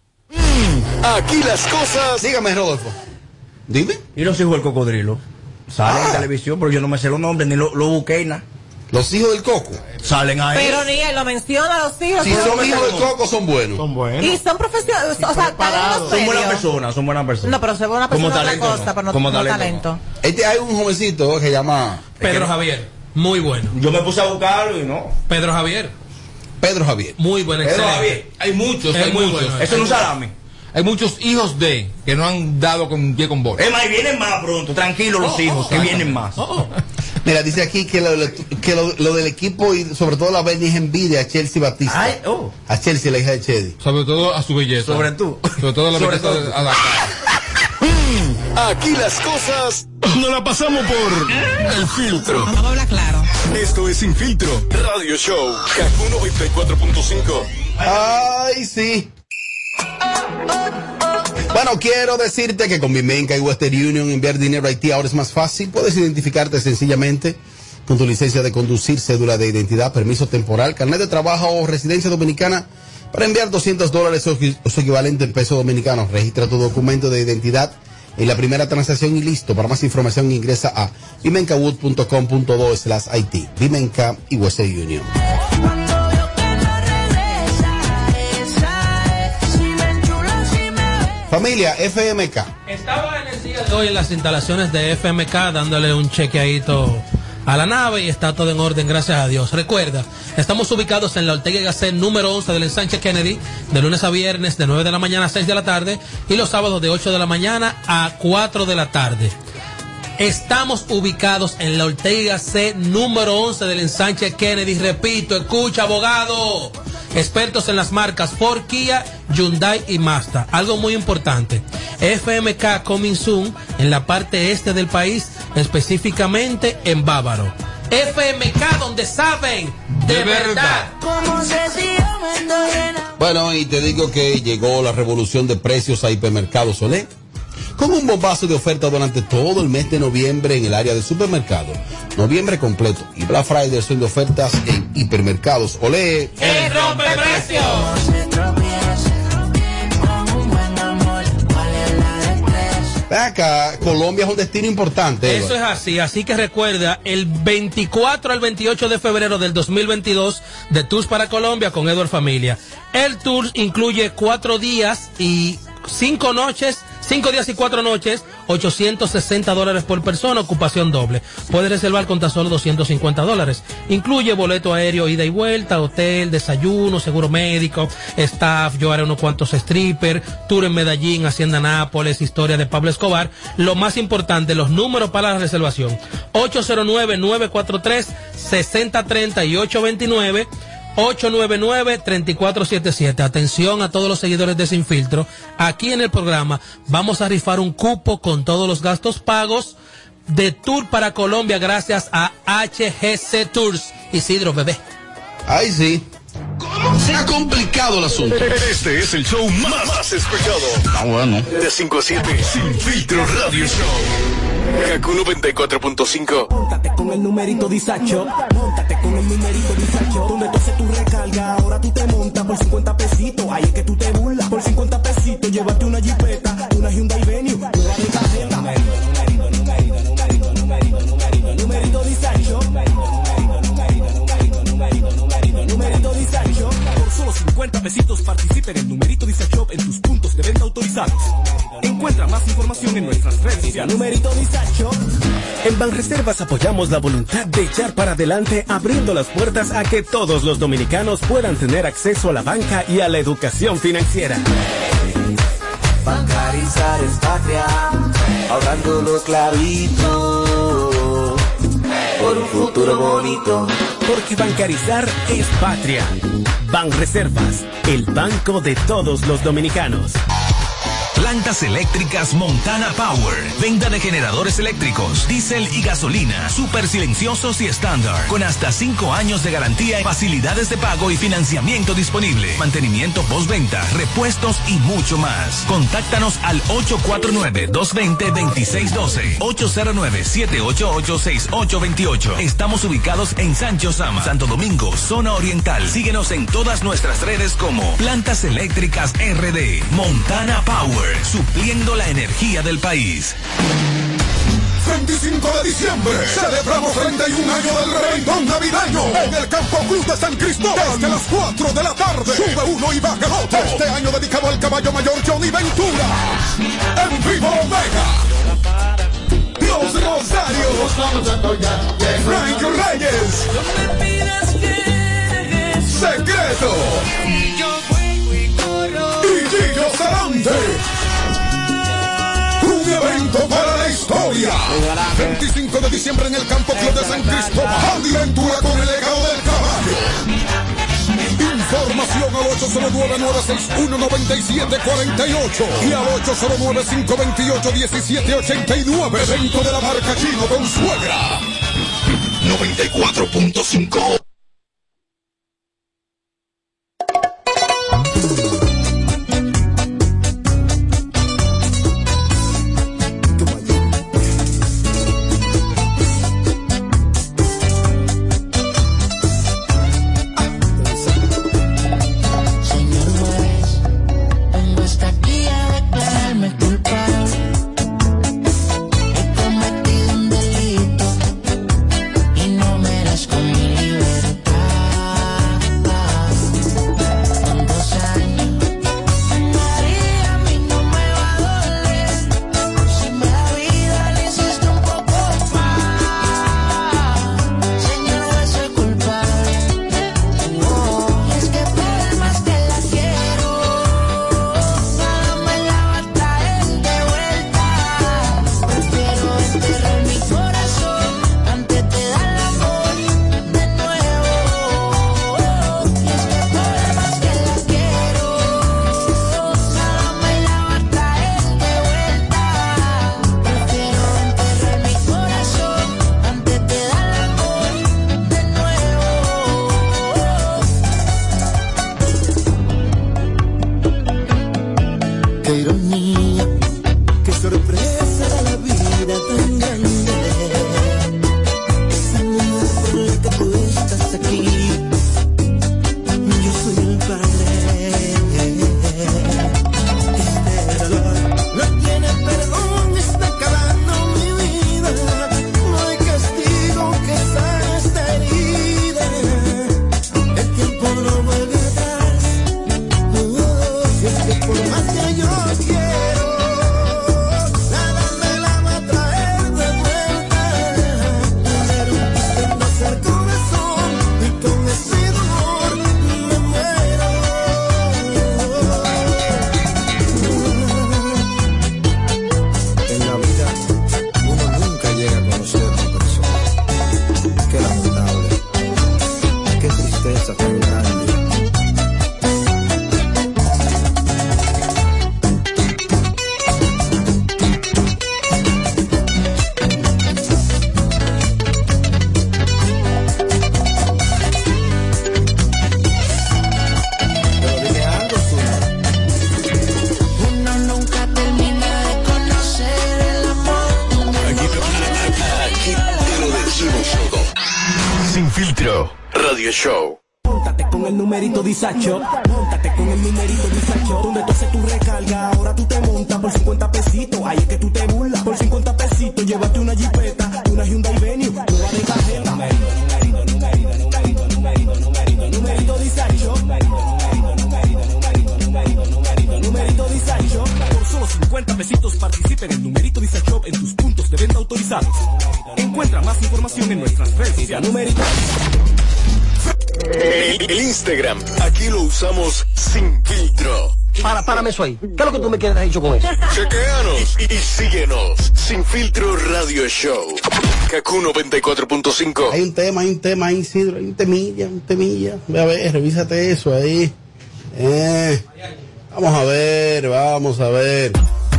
Aquí las cosas. Dígame, Rodolfo. Dime. ¿Y los hijos del cocodrilo? Salen Ah. en televisión, pero yo no me sé los nombres ni lo, lo busqué nada. Los hijos del coco. Salen ahí. Pero ni él lo menciona a los hijos. Si pero- son hijos del coco, son buenos. Son buenos. Y son profesionales. O sea, están en los son buenas medios. personas, son buenas personas. No, pero se ve una Como persona otra talento, cosa, no. pero no Como no talento, talento. Este hay un jovencito que se llama Pedro Javier, muy bueno. Yo me puse a buscarlo y no. Pedro Javier, Pedro Javier. muy bueno, Pedro excelente. Javier. Hay muchos, Es hay muy muchos. bueno. Eso no es salami. Hay muchos hijos de que no han dado con pie con bola. Es más, y vienen más pronto. Tranquilos los hijos, que vienen más. Oh, Mira, dice aquí que lo, que lo, lo del equipo y sobre todo la Bernie es envidia a Chelsea Batista. Ay, oh. A Chelsea, la hija de Chedi. Sobre todo a su belleza. Sobre tú. Sobre todo a la Sobre belleza todo de tú. adaptada. Aquí las cosas. No la pasamos por el filtro. Vamos a hablar claro. Esto es Sin Filtro Radio Show. Kaku noventa y cuatro punto cinco. Ay, sí. Bueno, quiero decirte que con Vimenca y Western Union enviar dinero a Haití ahora es más fácil. Puedes identificarte sencillamente con tu licencia de conducir, cédula de identidad, permiso temporal, carnet de trabajo o residencia dominicana para enviar doscientos dólares o su equivalente en pesos dominicanos. Registra tu documento de identidad en la primera transacción y listo. Para más información ingresa a vimencawood punto com punto do slash Haití. Vimenca y Western Union. Familia F M K. Estaba en el C Hoy en las instalaciones de F M K dándole un chequeadito a la nave y está todo en orden, gracias a Dios. Recuerda, estamos ubicados en la Ortega y Gasset número once del ensanche Kennedy, de lunes a viernes de nueve de la mañana a seis de la tarde y los sábados de ocho de la mañana a cuatro de la tarde. Estamos ubicados en la Ortega y Gasset número once del ensanche Kennedy. Repito, escucha, abogado. Expertos en las marcas Ford, Kia, Hyundai y Mazda. Algo muy importante. F M K coming soon en la parte este del país, específicamente en Bávaro. F M K, donde saben de, de verdad. verdad. Bueno, y te digo que llegó la revolución de precios a Hipermercados Olé, con un bombazo de oferta durante todo el mes de noviembre en el área de supermercado. Noviembre completo y Black Friday son de ofertas en Hipermercados Olé. ¡El rompe precios! Acá, Colombia es un destino importante. Eso es así, así que recuerda, el veinticuatro al veintiocho de febrero del dos mil veintidós, de Tours para Colombia con Edward Familia. El tour incluye cuatro días y cinco noches, cinco días y cuatro noches, ochocientos sesenta dólares por persona, ocupación doble. Puedes reservar con tan solo doscientos cincuenta dólares. Incluye boleto aéreo, ida y vuelta, hotel, desayuno, seguro médico, staff, yo haré unos cuantos stripper, tour en Medellín, Hacienda Nápoles, historia de Pablo Escobar. Lo más importante, los números para la reservación: ocho cero nueve, nueve cuatro tres, seis cero tres cero y ocho dos nueve, ocho nueve nueve, tres cuatro siete siete. Atención a todos los seguidores de Sin Filtro. Aquí en el programa vamos a rifar un cupo con todos los gastos pagos de Tour para Colombia gracias a H G C Tours. Isidro, bebé. Ay, sí. ¿Cómo se ha complicado el asunto? Este es el show más, más escuchado. Ah, bueno. De cinco a siete, Sin Filtro Radio Show. Kaku noventa y cuatro punto cinco. Móntate con el numerito Disacho. Móntate con el numerito Disacho. Donde tú haces tu recarga, ahora tú te montas por cincuenta pesitos. Ahí es que tú te burlas. Por cincuenta pesitos, llévate una Jeepeta, una Hyundai Venue, una de cajeta. Numerito, numerito, numerito, numerito, numerito, numerito, numerito Disacho. Numerito Disacho. Por solo cincuenta pesitos participa en el numerito Disacho en tus puntos de venta autorizados. Encuentra más información en nuestras redes sociales. Numerito Disacho. En Banreservas apoyamos la voluntad de echar para adelante, abriendo las puertas a que todos los dominicanos puedan tener acceso a la banca y a la educación financiera. Bancarizar es patria, ahorrando los clavitos por un futuro bonito. Porque bancarizar es patria. Banreservas, el banco de todos los dominicanos. Plantas eléctricas Montana Power. Venta de generadores eléctricos, diésel y gasolina, súper silenciosos y estándar, con hasta cinco años de garantía, facilidades de pago y financiamiento disponible, mantenimiento postventa, repuestos y mucho más. Contáctanos al ocho cuatro nueve, dos dos cero, dos seis uno dos, ocho cero nueve, siete ocho ocho, seis ocho dos ocho. Estamos ubicados en Sancho Sama, Santo Domingo, zona oriental. Síguenos en todas nuestras redes como Plantas Eléctricas R D. Montana Power, supliendo la energía del país. veinticinco de diciembre celebramos treinta y un años del reventón navideño en el Campo Cruz de San Cristóbal desde las cuatro de la tarde. Sube uno y baja el otro. Este año dedicado al caballo mayor Johnny Ventura. En vivo Omega, Los Rosarios, Frank Reyes, Secreto y Gillo Sarante. Un evento para la historia. veinticinco de diciembre en el Campo Club de San Cristóbal. Andy Ventura con el legado del caballo. Información al ocho cero nueve, nueve seis uno, nueve siete cuatro ocho y al ocho cero nueve, cinco dos ocho, uno siete ocho nueve. Evento de la marca Chino con suegra. noventa y cuatro punto cinco. He cometido un delito y no merezco mi libertad. qué ironía, qué sorpresa la vida tan grande. Esa mujer por la que tú estás aquí, yo soy el padre. Este dolor no tiene perdón, está acabando mi vida. No hay castigo que sane esta herida. El tiempo no vuelve atrás. Oh, y es que por más que yo quiero, nada me la va a traer de vuelta. Pero intento hacer corazón y con ese dolor me muero. En la vida uno nunca llega a conocer a una persona. Qué lamentable, qué tristeza tan grande. Pero dime algo, Zuna. Uno nunca termina de conocer el amor. Aquí te, aquí te lo decimos todo. Sin filtro, Radio Show. Móntate con el numerito Disacho, móntate con el numerito Disacho, donde tú haces tu recarga, ahora tú te montas por cincuenta pesitos, ahí es que tú te burlas, por cincuenta pesitos, llévate una jipeta, una Hyundai Venue, nueva de cajeta. Numerito, numerito, numerito, numerito, numerito, numerito, numerito Disacho, numerito, numerito, numerito, numerito, numerito, numerito, numerito Disacho, por solo cincuenta pesitos participa en el numerito Disacho en tus puntos de venta autorizados. Encuentra más información en nuestras redes sociales. Numerito. El, el Instagram, aquí lo usamos sin filtro. Para, párame eso ahí. ¿Qué es lo que tú me quieres dicho con eso? Chequéanos y, y síguenos. Sin filtro Radio Show. Kaku noventa y cuatro punto cinco. Hay un tema, hay un tema, hay Isidro, hay un temilla, un temilla. Ve a ver, revísate eso ahí. Eh, vamos a ver, vamos a ver.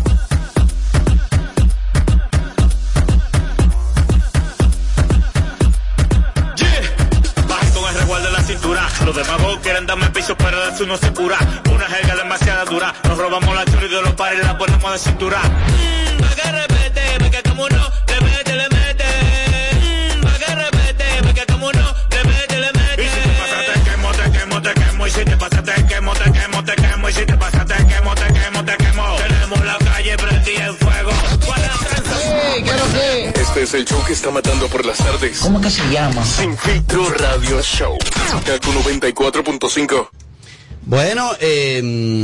Bajen con el resguardo de la cintura. Los demagos quieren darme piso, pero de eso no se cura. Una jerga demasiado dura. Nos robamos la chula y de los pares la ponemos de cintura. Mmm, pa' que repete, porque como no, le mete, le mete. Mmm, pa' que repete, porque como no, le mete, le mete. Y si te pasa te quemo, te quemo, te quemo. Y si te pasa te quemo, te quemo, te quemo. Y si te pasa te quemo, te quemo, te quemo. Tenemos la calle prendida en fuego. Hey, ¿qué es lo que? Este es el show que está matando por las tardes. ¿Cómo que se llama? Sin filtro Radio Show. Kaku noventa y cuatro punto cinco. Bueno, eh,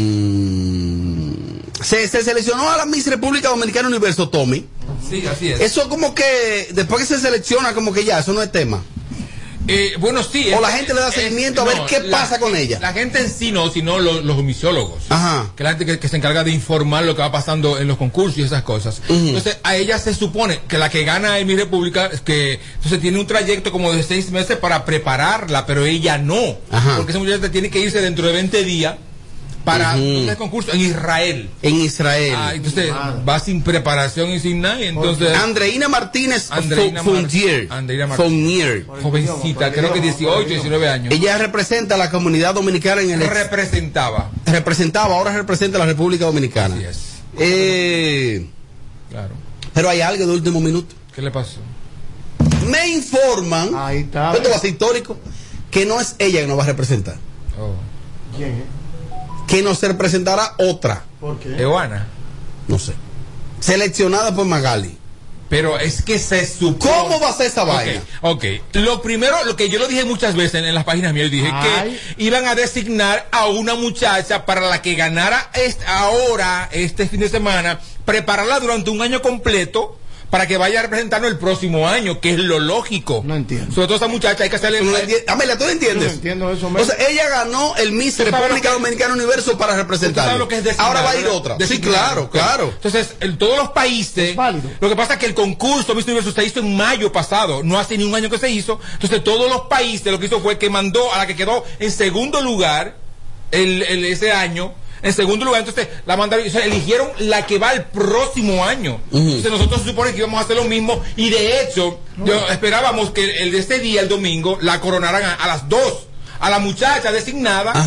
se, se seleccionó a la Miss República Dominicana Universo, Tommy. Sí, así es. Eso como que, después que se selecciona, como que ya, eso no es tema. Eh, bueno, sí. O es, la gente le da seguimiento es, a ver no, qué la, pasa con ella. La gente en sí no, sino los, los misiólogos. Ajá. Que la gente que, que se encarga de informar lo que va pasando en los concursos y esas cosas. Uh-huh. Entonces, a ella se supone que la que gana en mi República es que entonces tiene un trayecto como de seis meses para prepararla, pero ella no. Ajá. Porque esa muchacha tiene que irse dentro de veinte días para uh-huh. un concurso en Israel. En Israel. Ah, entonces va sin preparación y sin nada. Entonces, Andreina Martínez Andreina Fournier. Andreina Martínez. Jovencita, creo que dieciocho, diecinueve años. Ella representa a la comunidad dominicana en el ex... Representaba. Representaba, ahora representa a la República Dominicana. Así es. Eh... Claro. Pero hay algo de último minuto. ¿Qué le pasó? Me informan, ahí está, esto va a ser histórico, que no es ella que nos va a representar. Oh. ¿Quién es? Que nos representará otra. ¿Por qué? Ewana. No sé. Seleccionada por Magali. Pero es que se supone... ¿Cómo va a ser esa vaina? Ok, lo primero, lo que yo lo dije muchas veces en, en las páginas mías, dije Ay. que iban a designar a una muchacha para la que ganara este, ahora, este fin de semana, prepararla durante un año completo para que vaya a representarnos el próximo año, que es lo lógico. No entiendo. Sobre todo esa muchacha hay que hacerle... No Amelia, ¿tú lo entiendes? No entiendo eso. O sea, ella ganó el Miss República Dominicana Universo para representarlo. Lo que es ahora va a ir otra. Sí, claro, claro. Entonces, en todos los países, lo que pasa es que el concurso Miss Universo se hizo en mayo pasado, no hace ni un año que se hizo. Entonces, todos los países lo que hizo fue que mandó a la que quedó en segundo lugar el, el ese año. En segundo lugar, entonces la mandaron, o sea, eligieron la que va el próximo año. Uh-huh. Entonces nosotros se supone que íbamos a hacer lo mismo y de hecho, uh-huh. yo esperábamos que el de ese día, el domingo, la coronaran a, a las dos, a la muchacha designada. Ajá.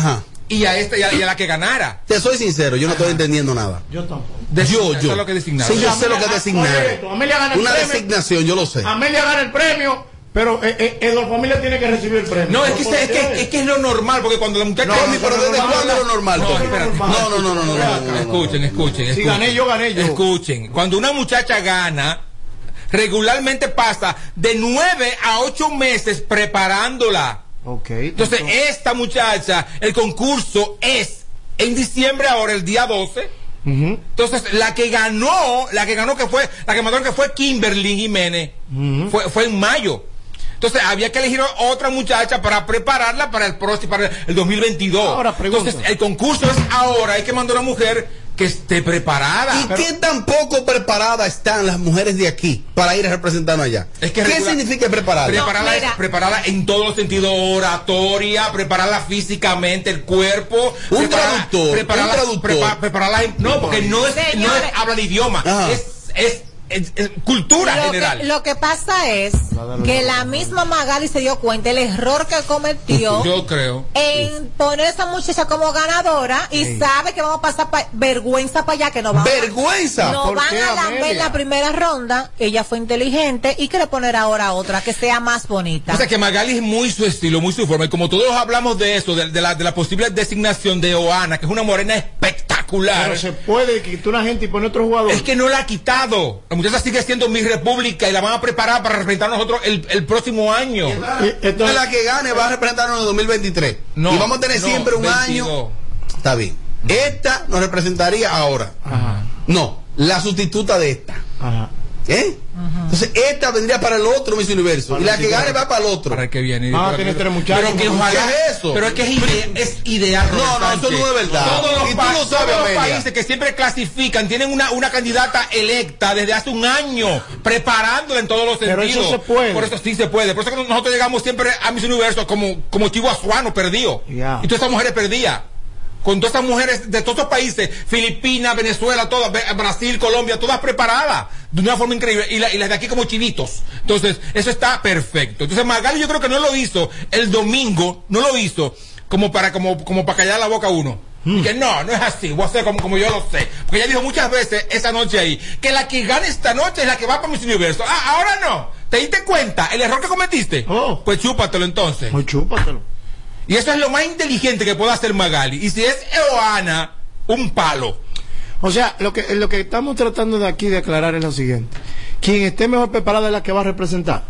y a esta y a, y a la que ganara. Te soy sincero, yo no estoy entendiendo nada. Yo tampoco. Yo, yo. Eso es lo que designaron. Sí, yo sé lo que designaron. Amelia gana el Una premio. designación, yo lo sé. Amelia gana el premio, pero eh, eh, Eduardo Familia tiene que recibir el premio. No, es que, es, que, es que es lo normal, porque cuando la muchacha... No, Tommy, pero ¿desde cuándo es lo normal, No, Tommy? espérate. No, no, no, no, no, no, no. Escuchen, escuchen. Si escuchen. gané yo, gané yo. Escuchen, cuando una muchacha gana, regularmente pasa de nueve a ocho meses preparándola. Ok. Entonces, esta muchacha, el concurso es en diciembre ahora, el día doce. Uh-huh. Entonces, la que ganó, la que ganó que fue, la que mandaron que fue Kimberly Jiménez, uh-huh. fue, fue en mayo. Entonces, había que elegir otra muchacha para prepararla para el próximo, para el dos mil veintidós. Ahora, pregunta. Entonces, el concurso es ahora, hay que mandar a una mujer que esté preparada. ¿Y qué tan poco preparada están las mujeres de aquí para ir a representarnos allá? Es que ¿Qué regula- significa preparada? Prepararla, No, es mira. prepararla en todos los sentidos, oratoria, prepararla físicamente, el cuerpo. Un prepararla- traductor, prepararla- un traductor. prepa- prepararla en- no, porque no es, no es Señores. habla de idioma, Ajá. es, es, es- es cultura Lo general. que, lo que pasa es que la misma Magali se dio cuenta el error que cometió Yo creo. en poner a esa muchacha como ganadora y Sí. sabe que vamos a pasar pa- vergüenza para allá, que nos van, ¿Vergüenza? nos ¿Por van qué, a lamber Amelia? en la primera ronda. Ella fue inteligente y quiere poner ahora otra que sea más bonita. O sea que Magali es muy su estilo, muy su forma. Y como todos hablamos de eso, de, de la, de la posible designación de Oana, que es una morena espectacular. Pero se puede quitar una gente y poner otro jugador. Es que no la ha quitado. La muchacha sigue siendo mi república y la van a preparar para representar a nosotros el, el próximo año. Y- Entonces, entonces, la que gane va a representarnos en el dos mil veintitrés. No, y vamos a tener no, siempre un veintidós. año. Está bien. Esta nos representaría ahora. Ajá. No, la sustituta de esta. Ajá. ¿Eh? Entonces, esta vendría para el otro Miss Universo. Para y la el que siguiente. gane va para el otro. Para el que viene. Ah, Pero tiene que- tres muchachos. Pero que ojalá. ¿Qué es eso? Pero es que es, ide- es ideal. No, Robert no, eso Sánchez. no es verdad. Todos los, Y tú pa- lo sabes, todos los Amelia. países que siempre clasifican tienen una, una candidata electa desde hace un año, preparándola en todos los Pero sentidos. eso se puede. Por eso sí se puede. Por eso que nosotros llegamos siempre a Miss Universo como, como chivo azuano perdido. Ya. Y todas esas mujeres perdidas. Con todas estas mujeres de todos estos países, Filipinas, Venezuela, todas, Be- Brasil, Colombia, todas preparadas de una forma increíble. Y, la- y las de aquí como chivitos. Entonces, eso está perfecto. Entonces, Magali yo creo que no lo hizo el domingo, no lo hizo como para, como, como para callar la boca a uno. Y que no, no es así, voy a hacer como, como yo lo sé. Porque ella dijo muchas veces esa noche ahí, que la que gane esta noche es la que va para Miss Universo. Ah, ahora no. ¿Te diste cuenta el error que cometiste? Oh. Pues chúpatelo entonces. Muy chúpatelo. Y eso es lo más inteligente que puede hacer Magali. Y si es Eoana, un palo. O sea, lo que, lo que estamos tratando de aquí de aclarar es lo siguiente. Quien esté mejor preparada es la que va a representar.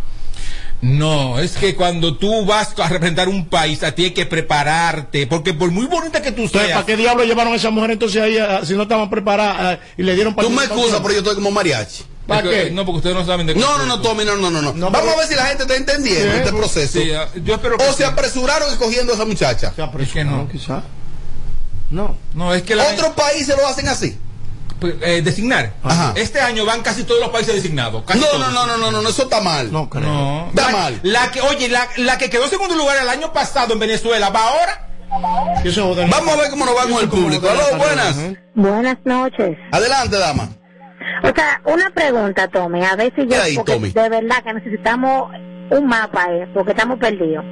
No, es que cuando tú vas a representar un país, a ti hay que prepararte. Porque por muy bonita que tú Entonces, seas. ¿para qué diablos llevaron a esa mujer entonces ahí ah, si no estaban preparadas ah, y le dieron Tú me participación? excusas, pero yo estoy como mariachi. ¿Para Es que- qué? No, porque ustedes no saben de qué. No, no, no, Tommy, no, no, no. no. No, Vamos pero- a ver si la gente está entendiendo Sí, este pues, proceso. Sí, ah, yo espero que O sí. se apresuraron escogiendo a esa muchacha. Se apresuró, Es que no. quizá. No. No, es que la. Otros países lo hacen así. Pues, eh, designar. Ajá. Este año van casi todos los países designados. Casi No, todos. no, no, no, no, no, no, eso está mal. No creo. No. Está La- mal. La que, oye, la, la que quedó en segundo lugar el año pasado en Venezuela, ¿va ahora? Eso de- Vamos a ver cómo nos va con el eso como público. de la Aló, carrera, buenas. ¿eh? Buenas noches. Adelante, dama. O sea, una pregunta, Tommy, a ver si yo, ¿Qué hay, porque Tommy? de verdad que necesitamos un mapa, eh, porque estamos perdidos.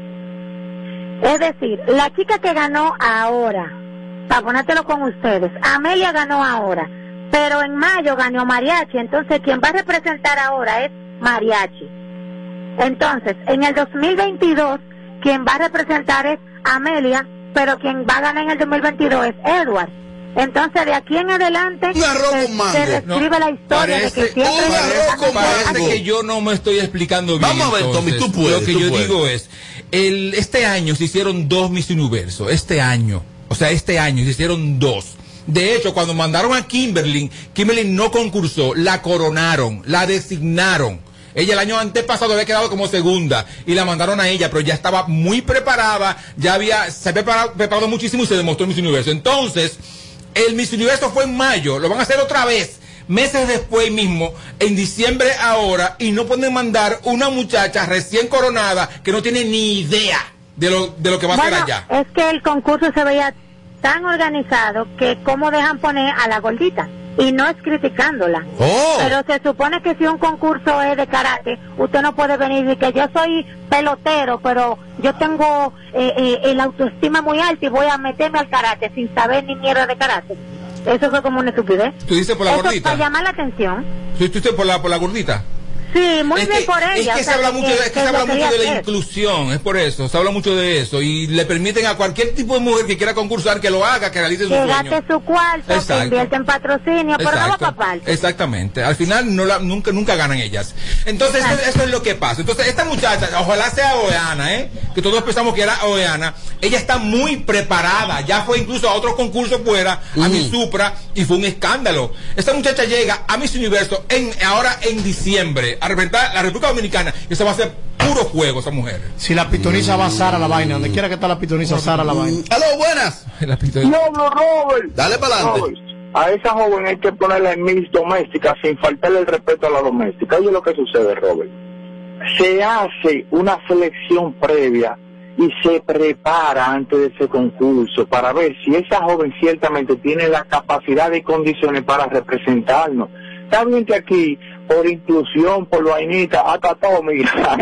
Es decir, la chica que ganó ahora, para ponértelo con ustedes, Amelia ganó ahora, pero en mayo ganó Mariachi, entonces quien va a representar ahora es Mariachi. Entonces, en el dos mil veintidós, quien va a representar es Amelia, pero quien va a ganar en el dos mil veintidós es Edward. Entonces, de aquí en adelante, Un arroz se, con mango. se reescribe No, la historia parece- de que siempre... un arroz con Parece mango. que yo no me estoy explicando bien. Vamos a ver, Tommy, entonces. tú puedes, Lo que tú yo puedes. digo es, el, este año se hicieron dos Miss Universo, este año. O sea, este año se hicieron dos. De hecho, cuando mandaron a Kimberly, Kimberly no concursó, la coronaron, la designaron. Ella el año antepasado había quedado como segunda y la mandaron a ella, pero ya estaba muy preparada, ya había, se había preparado, preparado muchísimo y se demostró en Miss Universo. Entonces, el Miss Universo fue en mayo, lo van a hacer otra vez, meses después mismo, en diciembre ahora, y no pueden mandar una muchacha recién coronada que no tiene ni idea de lo, de lo que va a Bueno, hacer allá. es que el concurso se veía tan organizado que cómo dejan poner a la gordita. Y no es criticándola. Oh. Pero se supone que si un concurso es de karate, usted no puede venir y que yo soy pelotero, pero yo tengo eh, eh, el autoestima muy alto y voy a meterme al karate sin saber ni mierda de karate. Eso fue como una estupidez. ¿Tú dices por la Eso gordita? para llamar la atención. ¿Tú dices por la, por la gordita? Sí, muy es bien que, por ella. Es que o se sea, habla mucho, de, es que que se habla lo mucho quería de la hacer. inclusión, es por eso, se habla mucho de eso y le permiten a cualquier tipo de mujer que quiera concursar que lo haga, que realice su Que sueño. gaste su cuarto, Exacto. que invierte en patrocinio, pero no va Exacto. para parte. Exactamente. Al final no la, nunca nunca ganan ellas. Entonces eso, eso es lo que pasa. Entonces esta muchacha, ojalá sea Oeana, ¿eh? Que todos pensamos que era Oeana. Ella está muy preparada. Ya fue incluso a otros concursos fuera, a Mm. Miss Supra, y fue un escándalo. Esta muchacha llega a Miss Universo en ahora en diciembre a representar la República Dominicana y se va a hacer puro juego esa mujer. Si la pitoniza va a Sara la vaina, donde quiera que está la pitoniza, Sara la vaina. Aló, buenas. La pitoniza. No, no, Robert. Dale para adelante. Robert, a esa joven hay que ponerla en Miss Doméstica sin faltarle el respeto a la doméstica. Oye lo que sucede, Robert. Se hace una selección previa y se prepara antes de ese concurso para ver si esa joven ciertamente tiene la capacidad y condiciones para representarnos. Está bien que aquí, por inclusión, por vainita, hasta todo mi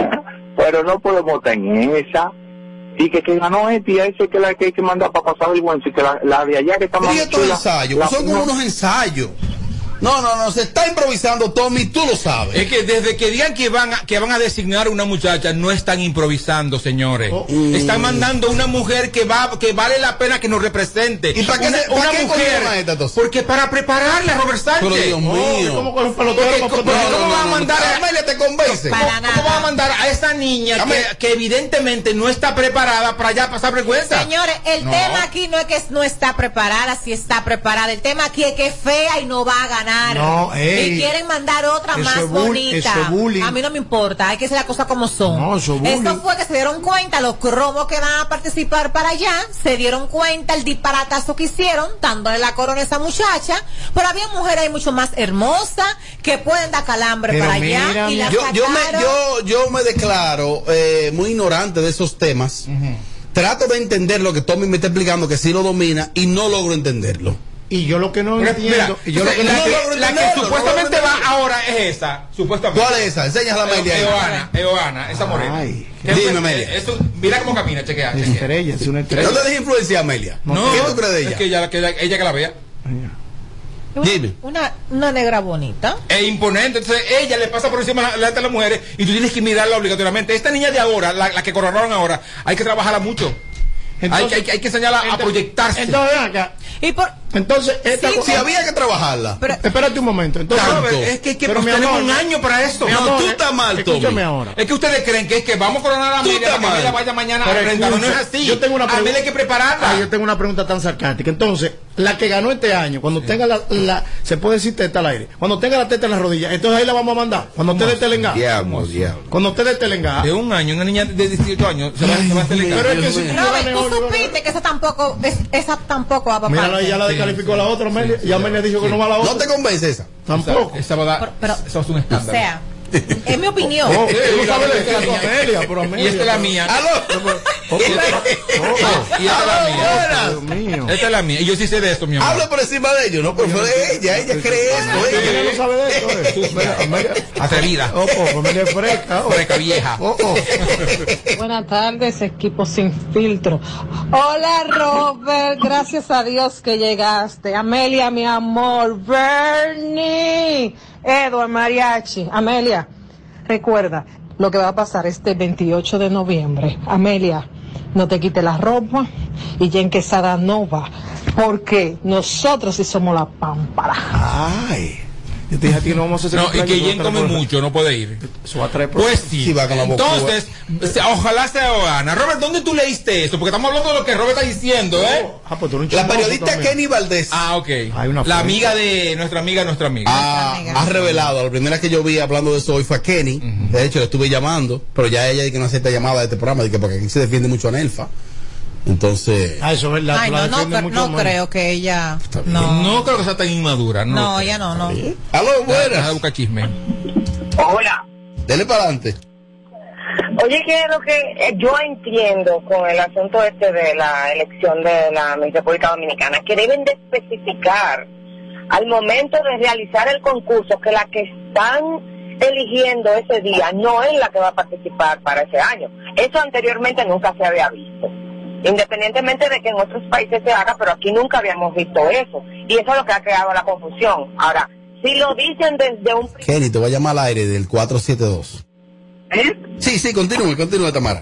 pero no podemos estar en esa. Y que, que ganó este y a ese que la que hay que mandar para pasar vergüenza y que la, la de allá que está más Y estos chula, ensayos, la- son como no. unos ensayos. No, no, no, se está improvisando, Tommy, tú lo sabes. Es que desde que digan que van a, que van a designar una muchacha, no están improvisando, señores. Oh. Mm. Están mandando una mujer que va, que vale la pena que nos represente. ¿Y para qué una, se- para una qué mujer? cogieron a esta, entonces? Porque para prepararla, Robert Sánchez. Pero Dios mío. ¿Cómo con los peloteros? Porque, para porque proteger? ¿cómo va a mandar a, Amelia te convence. ¿cómo, cómo va a mandar a esa niña que, que evidentemente no está preparada para ya pasar vergüenza? Señores, el No. tema aquí no es que no está preparada, si está preparada. El tema aquí es que es fea y no va a ganar. No, ey. y quieren mandar otra Eso más es bull- bonita. eso es bullying. A mí no me importa, hay que hacer las cosas como son. No, eso es bullying. Esto fue que se dieron cuenta, los cromos que van a participar para allá, se dieron cuenta el disparatazo que hicieron, dándole la corona a esa muchacha. Pero había mujeres ahí mucho más hermosas que pueden dar calambre Pero para mira, allá. Y la yo, yo, me, sacaron. yo, yo me declaro eh, muy ignorante de esos temas. Trato de entender lo que Tommy me está explicando, que sí lo domina, y no logro entenderlo. Y yo lo que no Mira, entiendo. mira, y yo lo que no la, que, entiendo- la que supuestamente va ahora es esa, supuestamente. ¿Cuál es esa? Enséñala a Amelia ahí. Eoana, Eoana, esa morena. Ay, ¿Qué dime, fue? Amelia. Eh, Eso, mira cómo camina, chequea, Es chequea. estrella, es una estrella. No te dejes influenciar, Amelia. No, ¿Qué tú crees de ella? Es que ella, que ella, ella que la vea. Dime. Una, una negra bonita. Es imponente, entonces ella le pasa por encima delante a las mujeres y tú tienes que mirarla obligatoriamente. Esta niña de ahora, la, la que coronaron ahora, hay que trabajarla mucho. Entonces- hay, que- hay, que- hay que enseñarla a Entonces- proyectarse. Entonces, ven acá. Y por, Entonces, esta Sí, cosa- Si había que trabajarla. pero, Espérate un momento. Entonces, Robert, tanto. es que, es que Pero pues, mi tenemos amor, un año para esto. mi No, amor, tú estás mal, Tommy. Escúchame ahora. Es que ustedes creen que es que vamos a coronar a Tú Amelia estás para que ella mal. vaya mañana Pero a presentar. No es escucha, así. yo tengo una A Amelia pregunta. hay que prepararla. Ah, yo tengo una pregunta tan sarcástica. Entonces, la que ganó este año, cuando tenga la, la- se puede decir teta al aire, cuando tenga la teta en las rodillas, entonces ahí la vamos a mandar. Cuando usted dé telengá. Diablo, diablo. Cuando usted dé telengá. De un año, una niña de dieciocho años se va, se va a hacer Pero es que si yo Robert, gané tú Oliver- supiste que esa tampoco, es- esa tampoco va para Mira, parte. ya la descalificó a la otra, Amelia. Y Amelia dijo que no va a la otra. ¿No te convence esa? Tampoco. Esa, esa va a dar, Pero- pero- eso es un O escándalo. sea, es mi opinión. Oh, Sí, tú no mira, sabes mira, de qué mira, es Amelia, pero Amelia. Y esta es la mía. ¡Aló! Y esta es la mía. Dios mío. Esta es la mía. Y yo sí sé de esto, mi amor. Habla por encima de ellos, ¿no? Pero fue de ella, ella cree eso. Amelia ella. no sabe de esto. eh. Amelia- Amelia- Atrevida. Oh, oh, Amelia es fresca. oh. Freca vieja. Oh, oh. Buenas tardes, equipo sin filtro. Hola, Robert, gracias a Dios que llegaste. Amelia, mi amor. Bernie, Edward Mariachi. Amelia, recuerda lo que va a pasar este veintiocho de noviembre. Amelia, no te quites la ropa y Jen Quesada no va, porque nosotros sí somos la pámpara. Ay. Yo te dije a ti que no vamos a hacer No, y que cumpleaños, Jen tú vas a come traer por- mucho, no puede ir. Eso va a traer por- Pues sí. Sí, va con la boca. Entonces, se- ojalá sea Oana. Robert, ¿dónde tú leíste esto? Porque estamos hablando de lo que Robert está diciendo, ¿eh? Ah, pues tú eres un La chismoso periodista también. Kenny Valdés Ah, ok. Hay una La fuente. amiga de nuestra amiga, nuestra amiga. ha, ha revelado, la primera que yo vi hablando de eso hoy fue a Kenny. De hecho, le estuve llamando, pero ya ella dice que no acepta llamada de este programa, dice que porque aquí se defiende mucho a Nelfa. Entonces, Ah, eso es verdad. Ay, tú la no, no, defiendes cre- mucho no más. creo que ella. No, No, creo que sea tan inmadura. No, no, ella no, no. aló, Deja de buenas. buscar chisme. Hola. Dele para adelante. Oye, que es lo que eh, yo entiendo con el asunto este de la elección de la República Dominicana, que deben de especificar al momento de realizar el concurso, que la que están eligiendo ese día no es la que va a participar para ese año. Eso anteriormente nunca se había visto, independientemente de que en otros países se haga, pero aquí nunca habíamos visto eso, y eso es lo que ha creado la confusión. Ahora, si lo dicen desde un... Kenny, te voy a llamar al aire del cuatro siete dos. ¿Eh? Sí, sí, continúe, continúe, Tamara.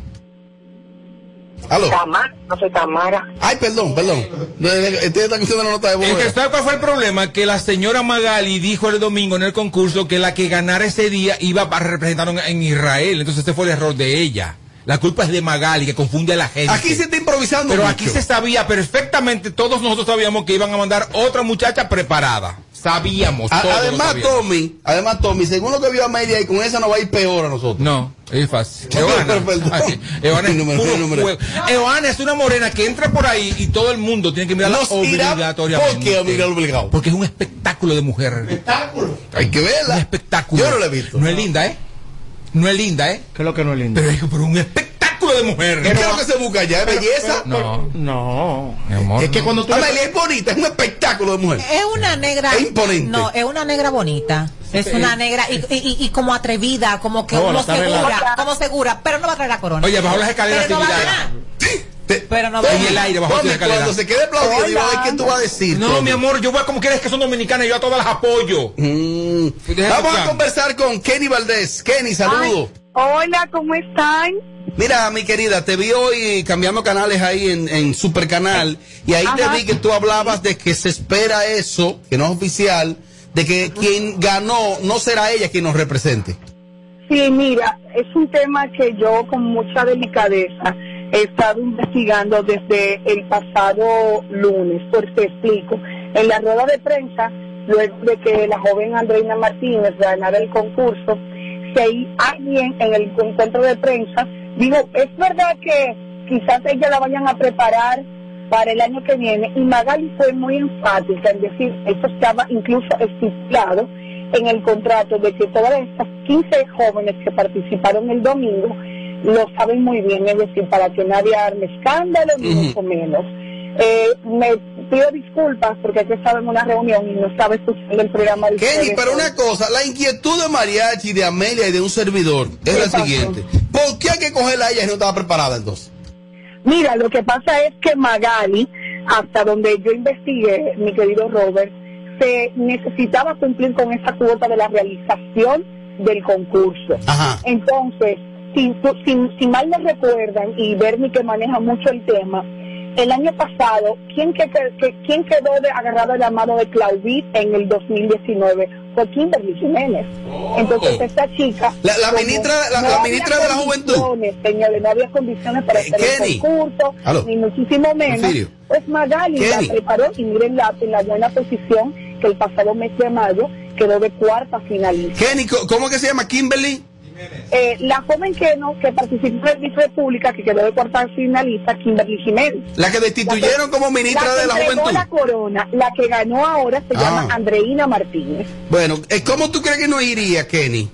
¿Aló? Tamara, no soy Tamara. Ay, perdón, perdón. Estoy escuchando la nota de voz. Es que ¿sabe cuál fue el problema? Que la señora Magali dijo el domingo en el concurso que la que ganara ese día iba a representar en Israel. Entonces ese fue el error de ella. La culpa es de Magali, que confunde a la gente. Aquí se está improvisando Pero mucho. aquí se sabía perfectamente, todos nosotros sabíamos que iban a mandar otra muchacha preparada. Sabíamos. A- todos además, lo sabíamos. Tommy, además, Tommy, según lo que vio Amelia, y con esa no va a ir peor a nosotros. No, es fácil. Pero, Eoana, perdón. ay, Eoana es Número, puro número. fuego. Eoana es una morena que entra por ahí y todo el mundo tiene que mirarla Nos irá- obligatoriamente. ¿Por qué mirar obligado? Porque es un espectáculo de mujer. ¿Espectáculo? Hay que verla. Un espectáculo. Yo no la he visto. No es linda, ¿eh? No es linda, ¿eh? ¿Qué es lo que no es lindo? Pero es pero un espectáculo de mujer. ¿Qué es lo que se busca allá? ¿Es belleza? No. No. Mi amor, Es que no. cuando tú... Amelia es bonita, es un espectáculo de mujer. Es una negra. Es imponente. No, es una negra bonita. Es una negra y, y, y como atrevida, como que No, como la está segura, arreglada. como segura, pero no va a traer la corona. Oye, bajo las escaleras pero no va a actividades. ganar. Pero no va a En el ganar. aire, bajo las Tommy, escaleras. cuando se quede aplaudido, digo, Hola. ay, ¿qué tú vas a decir? No, Tommy? mi amor, yo voy a como quieres que son dominicanas, yo a todas las apoyo. Mm. Deja Vamos escuchar. a conversar con Kenny Valdés. Kenny, saludo. Hola, ¿cómo están? Mira, mi querida, te vi hoy cambiando canales ahí en, en Supercanal y ahí te Ajá. vi que tú hablabas de que se espera eso, que no es oficial, de que quien ganó no será ella quien nos represente. Sí, mira, es un tema que yo con mucha delicadeza he estado investigando desde el pasado lunes, porque te explico. En la rueda de prensa, luego de que la joven Andreina Martínez ganara el concurso, si alguien en el encuentro de prensa dijo, es verdad que quizás ella la vayan a preparar para el año que viene, y Magali fue muy enfática en decir, esto estaba incluso estipulado en el contrato de que todas estas quince jóvenes que participaron el domingo lo saben muy bien, es decir, para que nadie arme escándalo, ni Ujú. mucho menos. Eh, me pido disculpas porque aquí estaba en una reunión y no estaba escuchando el programa de Kenny, ustedes. pero una cosa, la inquietud de Mariachi, de Amelia y de un servidor es ¿Qué la pasó? siguiente. ¿Por qué hay que cogerla a ella si no estaba preparada entonces? Mira, lo que pasa es que Magali, hasta donde yo investigué, mi querido Robert, se necesitaba cumplir con esa cuota de la realización del concurso. Ajá. Entonces, si, si, si mal no recuerdan, y Bernie que maneja mucho el tema, el año pasado, ¿quién, que, que, ¿quién quedó de, agarrado de la mano de Claudit en el dos mil diecinueve? Fue Kimberly Jiménez. Entonces, esta chica... La- la como ministra- la- no la había ministra de la Juventud. condiciones, señores, no había condiciones para Eh, hacer Kenny. el concurso, Aló. ni muchísimo menos. Porfirio. Pues Magali Kenny. la preparó y miren la, en la buena posición que el pasado mes de mayo quedó de cuarta finalista. Kenny, co- ¿cómo que se llama? Kimberly. Eh, la joven que no que participó en Miss República, que quedó de cuarta finalista, Kimberly Jiménez. La que destituyeron como ministra la que de la entregó Juventud. la corona, la que ganó ahora se Ah. llama Andreina Martínez. Bueno, eh, ¿cómo tú crees que no iría, Kenny?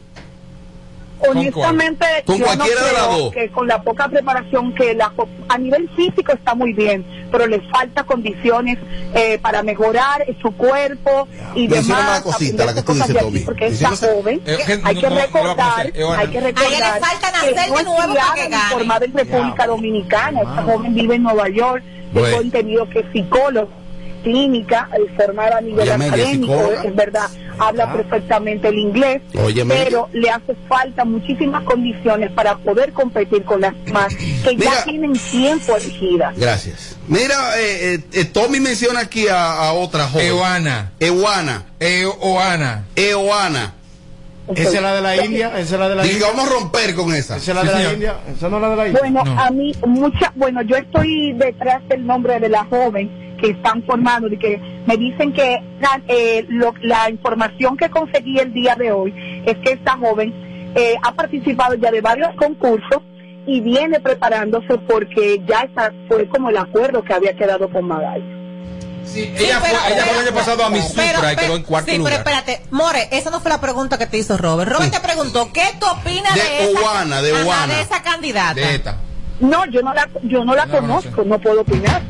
Honestamente, Con yo cualquiera no de las creo dos. que con la poca preparación que la a nivel físico está muy bien, pero le falta condiciones eh, para mejorar su cuerpo y Menciona demás. una cosita, la que tú aprender dices, cosas de aquí, Tommy. porque está Menciona- joven. Eh, que hay no- que no- no lo va a recordar, conocer, Eoana. hay que A ella recordar le falta que nacer no de es nuevo para criada que ni gane. formada en República Dominicana. Esta joven vive en Nueva York. Bueno. Tengo entendido que es psicólogo, clínica, eh, formada a nivel Oye, Amelia, académico, psicóloga. es verdad, habla perfectamente el inglés, Oye, Amelia. pero le hace falta muchísimas condiciones para poder competir con las demás que Mira. ya tienen tiempo elegidas. Gracias. Mira, eh, eh, eh, Tommy menciona aquí a, a otra joven. Eoana. Eoana. Eoana. Eoana. Esa es la de la India, esa es la de la Dije, India. vamos a romper con esa. Esa es la Sí, de la señor. India, esa no es la de la India. Bueno, No. a mí, mucha, bueno, yo estoy detrás del nombre de la joven que están formando, y que me dicen que la, eh, lo- la información que conseguí el día de hoy es que esta joven eh, ha participado ya de varios concursos y viene preparándose porque ya está, fue como el acuerdo que había quedado con Magali. Sí, Sí, ella, pero- fue, ella fue el año pasado a mi pero- Supra y pero- quedó en cuarto sí, lugar. pero espérate, More, esa no fue la pregunta que te hizo Robert. Robert te preguntó, ¿qué tú opinas de, De esa, Oana, de ajá, Oana. de esa candidata? De esta. No, yo no la, yo no la No, no conozco, no puedo opinar.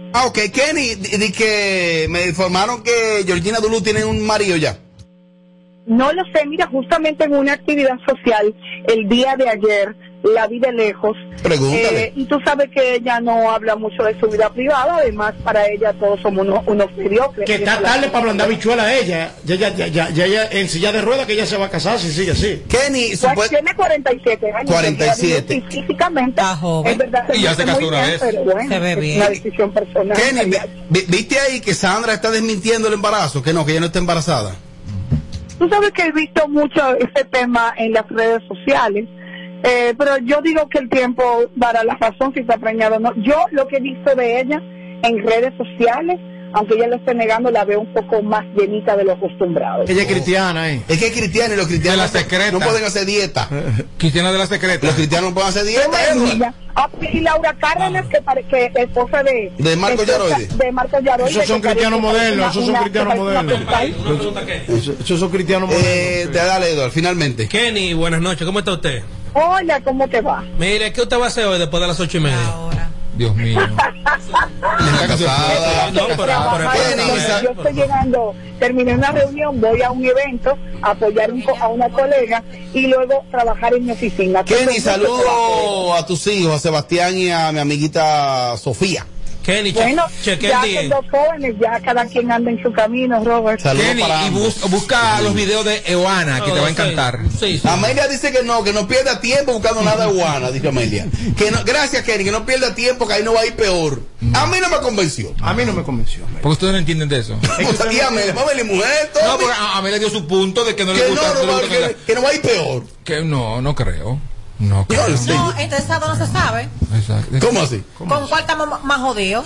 Ah, ok, Kenny, di, di que me informaron que Georgina Duluth tiene un marido ya. No lo sé, mira, justamente en una actividad social el día de ayer la vi de lejos. Pregúntale. Eh, y tú sabes que ella no habla mucho de su vida privada, además para ella todos somos unos, unos mediocres. Que está tarde para ablandar bichuela a ella. Ya, ya, ya, ya, ya, ya en silla de ruedas que ella se va a casar si sigue así. Kenny, pues tiene cuarenta y siete años. cuarenta y siete. Y físicamente, es verdad, Y ya se casó una bien, vez. pero bueno, Se ve es bien. una decisión personal. Kenny, vi- ¿viste ahí que Sandra está desmintiendo el embarazo? Que no, que ella no está embarazada. Tú sabes que he visto mucho este tema en las redes sociales, eh, pero yo digo que el tiempo dará la razón si está preñado o no. Yo lo que he visto de ella en redes sociales, aunque ella lo esté negando, la veo un poco más llenita de lo acostumbrado. Ella es cristiana, ¿eh? Es que es cristiana y los cristianos De la secreta. no pueden hacer dieta. Cristiana de la secreta. Los cristianos no pueden hacer dieta. Ella. Ah, y Laura Cárdenas, que parece que esposa de... De Marco Yaroide. De Marco Yaroide. Esos son que cristianos parece modernos, una- esos son una- cristianos que parece modernos. una postal. Eso- Esos son cristianos modernos. Eh, te dale, Eduardo, finalmente. Kenny, buenas noches, ¿cómo está usted? Hola, ¿cómo te va? Mire, ¿qué usted va a hacer hoy después de las ocho y media? Dios mío. Está casada. No, pero, pero- Yo estoy llegando, terminé una reunión, voy a un evento, a apoyar un co- a una colega y luego trabajar en mi oficina. Kenny, Entonces, saludo a tus hijos, a Sebastián y a mi amiguita Sofía. Kenny, Bueno, cheque ya el día. son dos jóvenes, ya cada quien anda en su camino, Robert. Kenny, y bus- busca los videos de Eoana, que te va a encantar. Amelia dice que no, que no pierda tiempo buscando nada de Juana, dice Amelia. Que no, gracias, Kenny, que no pierda tiempo, que ahí no va a ir peor. A mí no me convenció. A mí no me convenció. Porque ustedes no entienden de eso. Y Amelia, Amelia, mujer, No, porque a Amelia dio su punto de que no le Que gusta. no, no no le va- gusta que- que no va a ir peor. Que no, no creo. No creo. No, entonces sábado no se sabe. Exacto. ¿Cómo así? ¿Con cuál estamos m- más jodidos?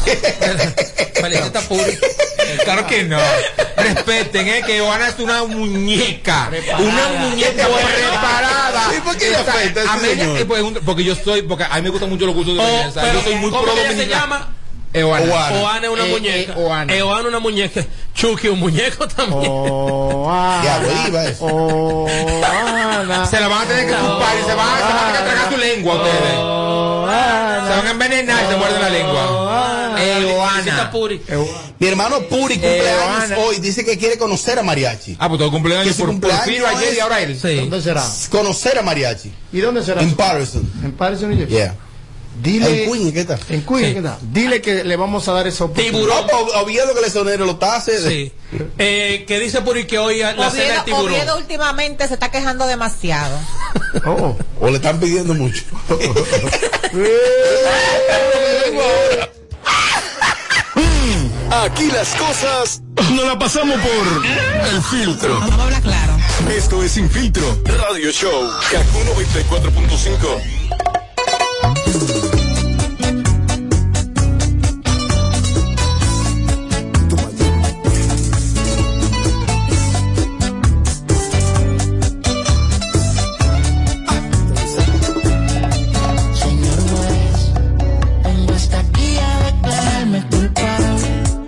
Felicita Puri. Claro que no. Respeten, eh, que Eoana es una muñeca. Una muñeca preparada. ¿Y por qué le Esa- afecta a ese Amelia, señor? eh, pues, un- porque yo soy, porque a mí me gustan mucho los gustos de Oh, belleza. pero, Yo soy muy ¿cómo pro ella se dominicana. llama? Eoana. Oana es una Eh, muñeca. eh, Oana. Eoana una muñeca. Chucky un muñeco también. Ya, lo iba eso. Se la van a tener que chupar y se van, se van a tener que tragar su lengua ustedes. Se van a envenenar y se muerden la lengua. Eoana. Mi hermano Puri cumple Eoana. años hoy, dice que quiere conocer a Mariachi. Ah, pues todo cumpleaños Que su por, por cumpleaños Piro ayer es- y ahora él. ¿Dónde será? Conocer a Mariachi. ¿Y dónde será? En Patterson. En Patterson, New Jersey. Yeah. Dile, En Queens, ¿qué tal? En Queens, ¿qué tal? Dile que le vamos a dar esa oportunidad. Tiburón. Ah, Oviedo que le sonero lo está haciendo. Sí. Eh, que dice Puri que hoy la cena de Oviedo, tiburón. Oviedo últimamente se está quejando demasiado. Oh. O le están pidiendo mucho. Aquí las cosas no la pasamos por el filtro. Vamos a hablar claro. Esto es Sin Filtro Radio Show. Kaku noventa y cuatro punto cinco. Señor juez, vengo hasta aquí a declararme culpable.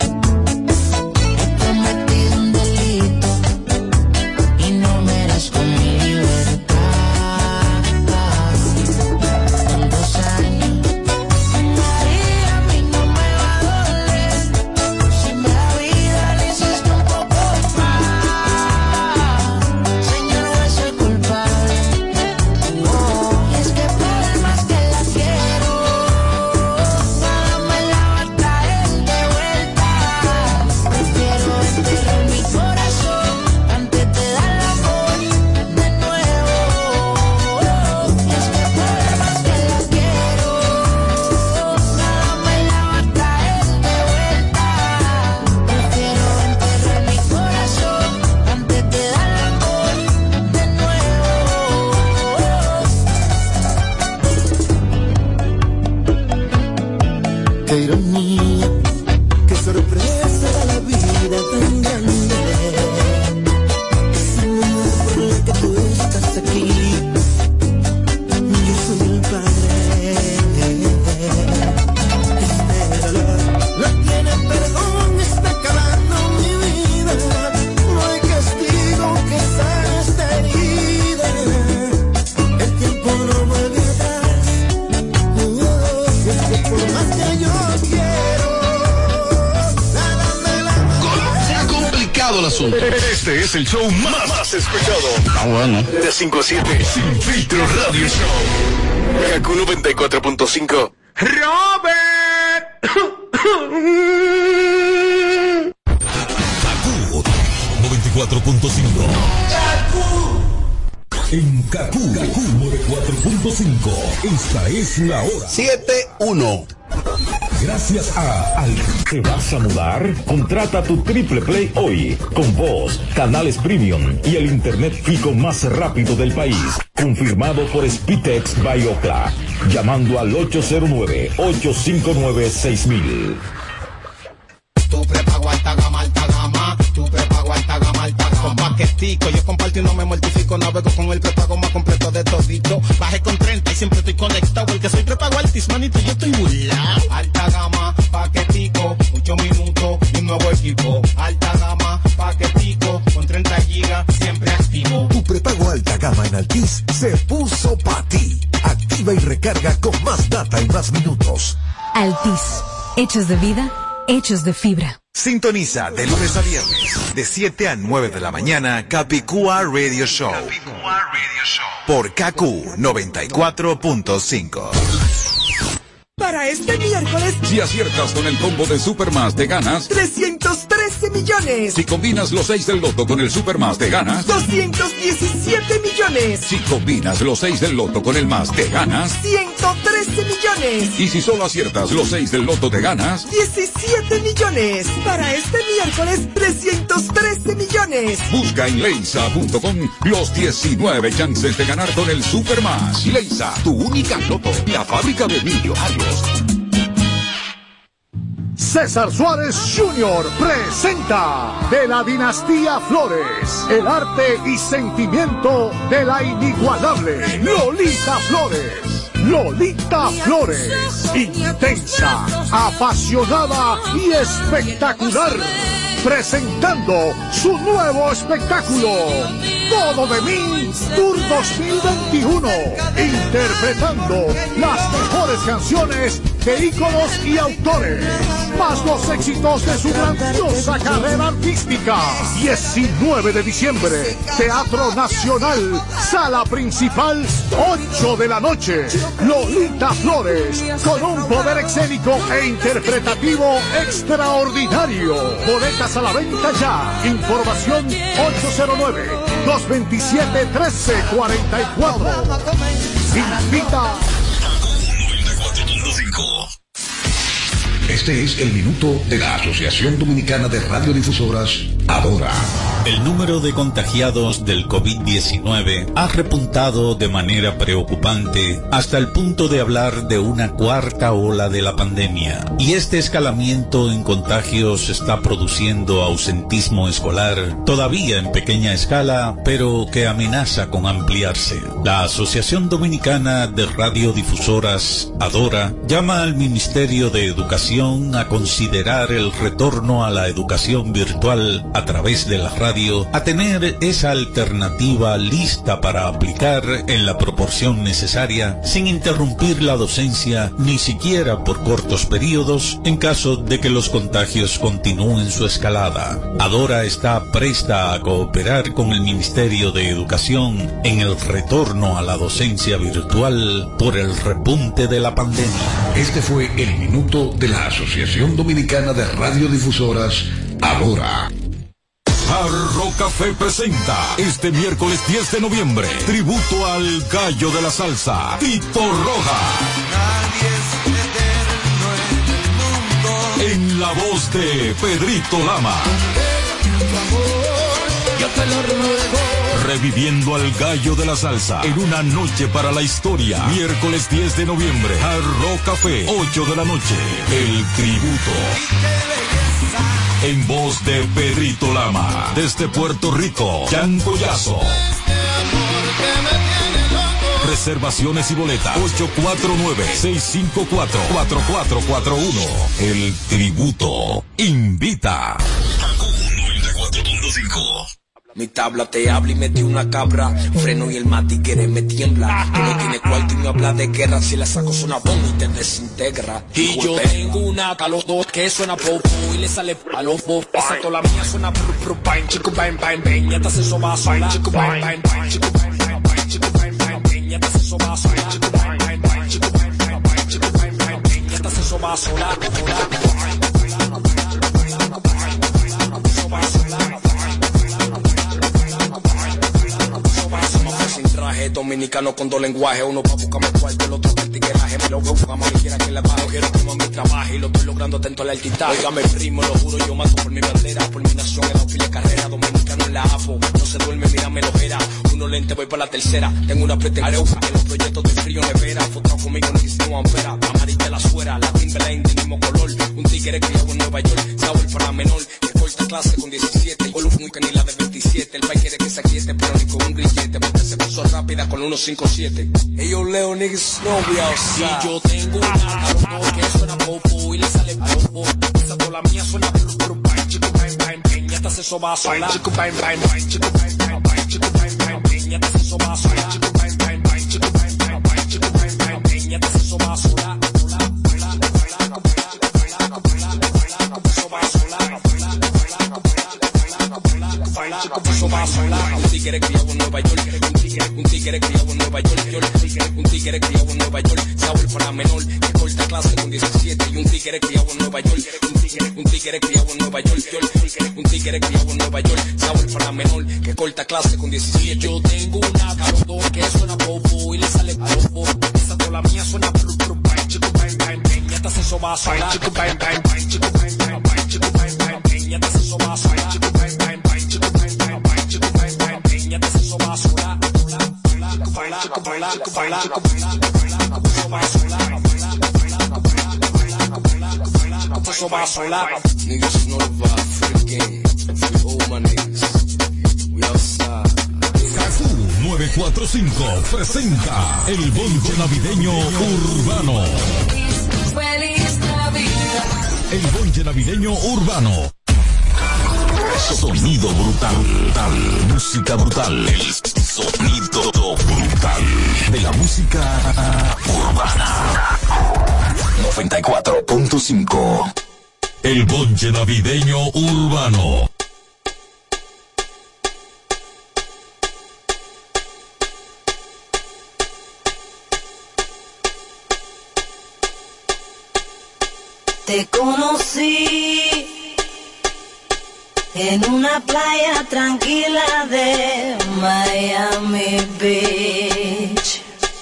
He cometido un delito y no merezco mi libertad. En dos años complicado el asunto. Este es el show más, más escuchado. Ah, bueno. De cinco a siete, Sin Filtro Radio Show. Kaku noventa y cuatro punto cinco. Robert. Kaku noventa y cuatro punto cinco. En Kaku noventa y cuatro punto cinco. Esta es la hora. siete uno. Gracias a Al. ¿Te vas a mudar? Contrata tu Triple Play hoy, con voz, canales premium y el internet fijo más rápido del país. Confirmado por Spitex by Ocla. Llamando al ocho cero nueve, ocho cinco nueve, seis mil. Tu prepago alta gama, alta gama. Tu prepago alta gama, alta gama. Con paquetico, yo comparto y no me mortifico. Navego con el prepago más completo de todito. Bajé con treinta y siempre estoy conectado. Porque soy prepago altis, manito, yo estoy burlao. Alta gama, paquetico, muchos minutos y un nuevo equipo. Alta gama, paquetico, con treinta gigas, siempre activo. Tu prepago alta gama en Altis se puso pa' ti. Activa y recarga con más data y más minutos. Altis, hechos de vida, hechos de fibra. Sintoniza de lunes a viernes, de siete a nueve de la mañana, Capicúa Radio Show. Capicúa Radio Show. Por Kaku noventa y cuatro punto cinco. Para este miércoles, si aciertas con el combo de Supermás te ganas trescientos trece millones. Si combinas los seis del loto con el Supermás te ganas doscientos diecisiete millones. Si combinas los seis del loto con el más te ganas ciento trece millones. Y si solo aciertas los seis del loto te ganas diecisiete millones. Para este miércoles, trescientos trece millones. Busca en leisa punto com los diecinueve chances de ganar con el Supermás. Leisa, tu única loto, la fábrica de millonarios. César Suárez junior presenta de la dinastía Flores, el arte y sentimiento de la inigualable Lolita Flores. Lolita Flores, intensa, apasionada y espectacular, presentando su nuevo espectáculo, Todo de mí, Tour dos mil veintiuno, interpretando las mejores canciones de íconos y autores, más los éxitos de su grandiosa carrera artística. diecinueve de diciembre, Teatro Nacional, sala principal, ocho de la noche. Lolita Flores, con un poder escénico e interpretativo extraordinario. Boletas a la venta ya. Información ocho cero nueve, dos veintisiete, trece cuarenta y cuatro. Invita. Este es el minuto de la Asociación Dominicana de Radiodifusoras, Adora. El número de contagiados del COVID diecinueve ha repuntado de manera preocupante hasta el punto de hablar de una cuarta ola de la pandemia. Y este escalamiento en contagios está produciendo ausentismo escolar, todavía en pequeña escala, pero que amenaza con ampliarse. La Asociación Dominicana de Radiodifusoras, Adora, llama al Ministerio de Educación a considerar el retorno a la educación virtual a través de la radio, a tener esa alternativa lista para aplicar en la proporción necesaria, sin interrumpir la docencia ni siquiera por cortos periodos, en caso de que los contagios continúen su escalada. Adora está presta a cooperar con el Ministerio de Educación en el retorno a la docencia virtual por el repunte de la pandemia. Este fue el minuto de la Asociación Dominicana de Radiodifusoras, Adora. Jarro Café presenta este miércoles diez de noviembre tributo al gallo de la salsa, Tito Roja. Nadie es eterno en el mundo. En la voz de Pedrito Lama. Yo te lo ruego. Reviviendo al gallo de la salsa en una noche para la historia. Miércoles diez de noviembre, Jarro Café, ocho de la noche. El tributo. En voz de Pedrito Lama. Desde Puerto Rico, Jan Collazo. Reservaciones y boletas ocho cuatro nueve, seis cinco cuatro, cuatro cuatro cuatro uno. El tributo invita. noventa y cuatro punto cinco. Mi tabla te habla y metí una cabra. Freno y el matiguere me tiembla. Tú no tienes cuarto y me habla de guerra. Si le saco suena bomba y te desintegra. Y yo tengo una a los dos que suena popo y le sale a los dos. Exacto, la mía suena pru pru pain, chico pain pain pain. Ya te hace soba sola, chico pain pain pain, chico pain pain pain, chico pain pain pain. Ya te hace soba sola, chico pain pain pain, chico pain pain pain, chico pain pain pain. Ya te hace soba sola, dominicano con dos lenguajes, uno pa' buscarme cuarto, el otro pa' el tigueraje, me lo veo a mami quiera que le bajo, quiero que mami trabaje y lo estoy logrando atento al altitaje. Óigame primo, lo juro, yo mato por mi bandera, por mi nación en la fila de carrera, dominicano en la AFO, no se duerme, mírame lo era, uno lente voy para la tercera, tengo una pretensión, en los proyectos de frío nevera, foto conmigo no hicimos ampera, amarilla la suera, la Timberlane del mismo color, un tigre criado en Nueva York, sabor para menor, que corta clase con diecisiete, con luz muy canila de veintisiete, el país quiere que se aquiete, pero ni con un grillete, porque se puso rápida con uno cinco siete. Hey yo Leo niggas know we outside. Y yo tengo una carro que suena popo y le sale popo. Esa tola mía suena pru pru pain, chico pain pain pain. Ya te hace soba sola, chico pain pain pain, chico pain pain pain, chico pain pain pain. Ya te hace soba sola, chico pain pain pain, chico pain pain pain, chico pain pain pain. Ya te hace soba sola. Un tigre criado en Nueva York, un tigre, un tigre criado en Nueva York, un tigre criado en Nueva York, sabor para menor, que corta clase con diecisiete y un tigre criado en Nueva York, un tigre, un tigre criado en Nueva York, un tigre criado en Nueva York, sabor para menor, que corta clase con diecisiete. Yo tengo una carro que suena popo y le sale popo, esa tola mía suena pru pru pain, chico pain pain pain, ya te hace soba sola, chico pain pain pain, chico pain pain pain, chico pain pain pain, ya te hace soba sola, chico pain pain pain, chico pain pain pain, chico pain pain pain, ya te hace soba sola, chico baila, chico baila, chico baila, soba sola. Niggas know the vibe, free game, free all my niggas, we outside. Kaku nueve cuatro cinco presenta el bonche navideño urbano. Feliz Navidad. El bonche navideño urbano. Sonido brutal, brutal, música brutal, el sonido brutal de la música urbana. noventa y cuatro punto cinco. El bonche navideño urbano. Te conocí en una playa tranquila de Miami Beach.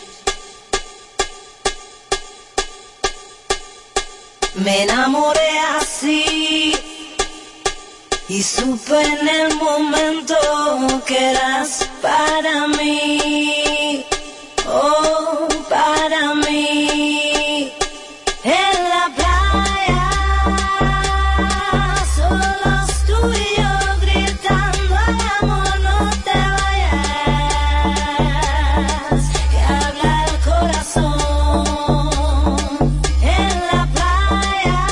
Me enamoré así y supe en el momento que eras para mí, oh, para mí. En la playa, solos tú y yo gritando al amor, no te vayas, que habla el corazón. En la playa,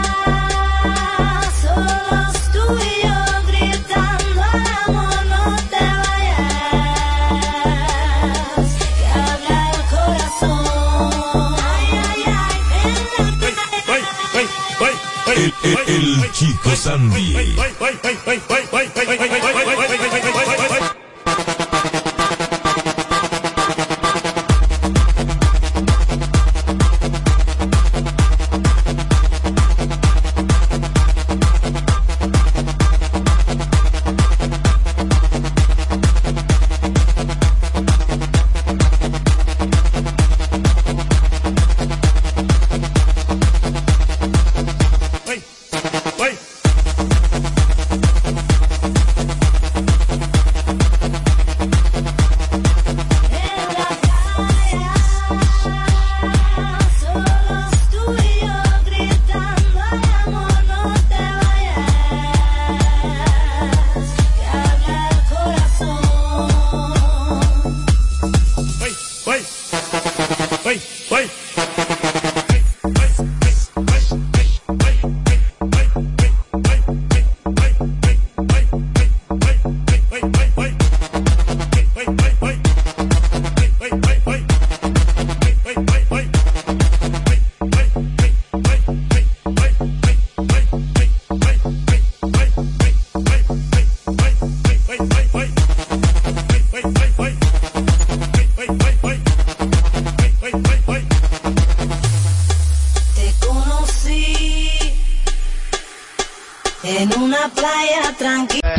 solos tú y yo gritando al amor, no te vayas, que habla el corazón. Ay, ay, ay. El, el, el chico Sandy.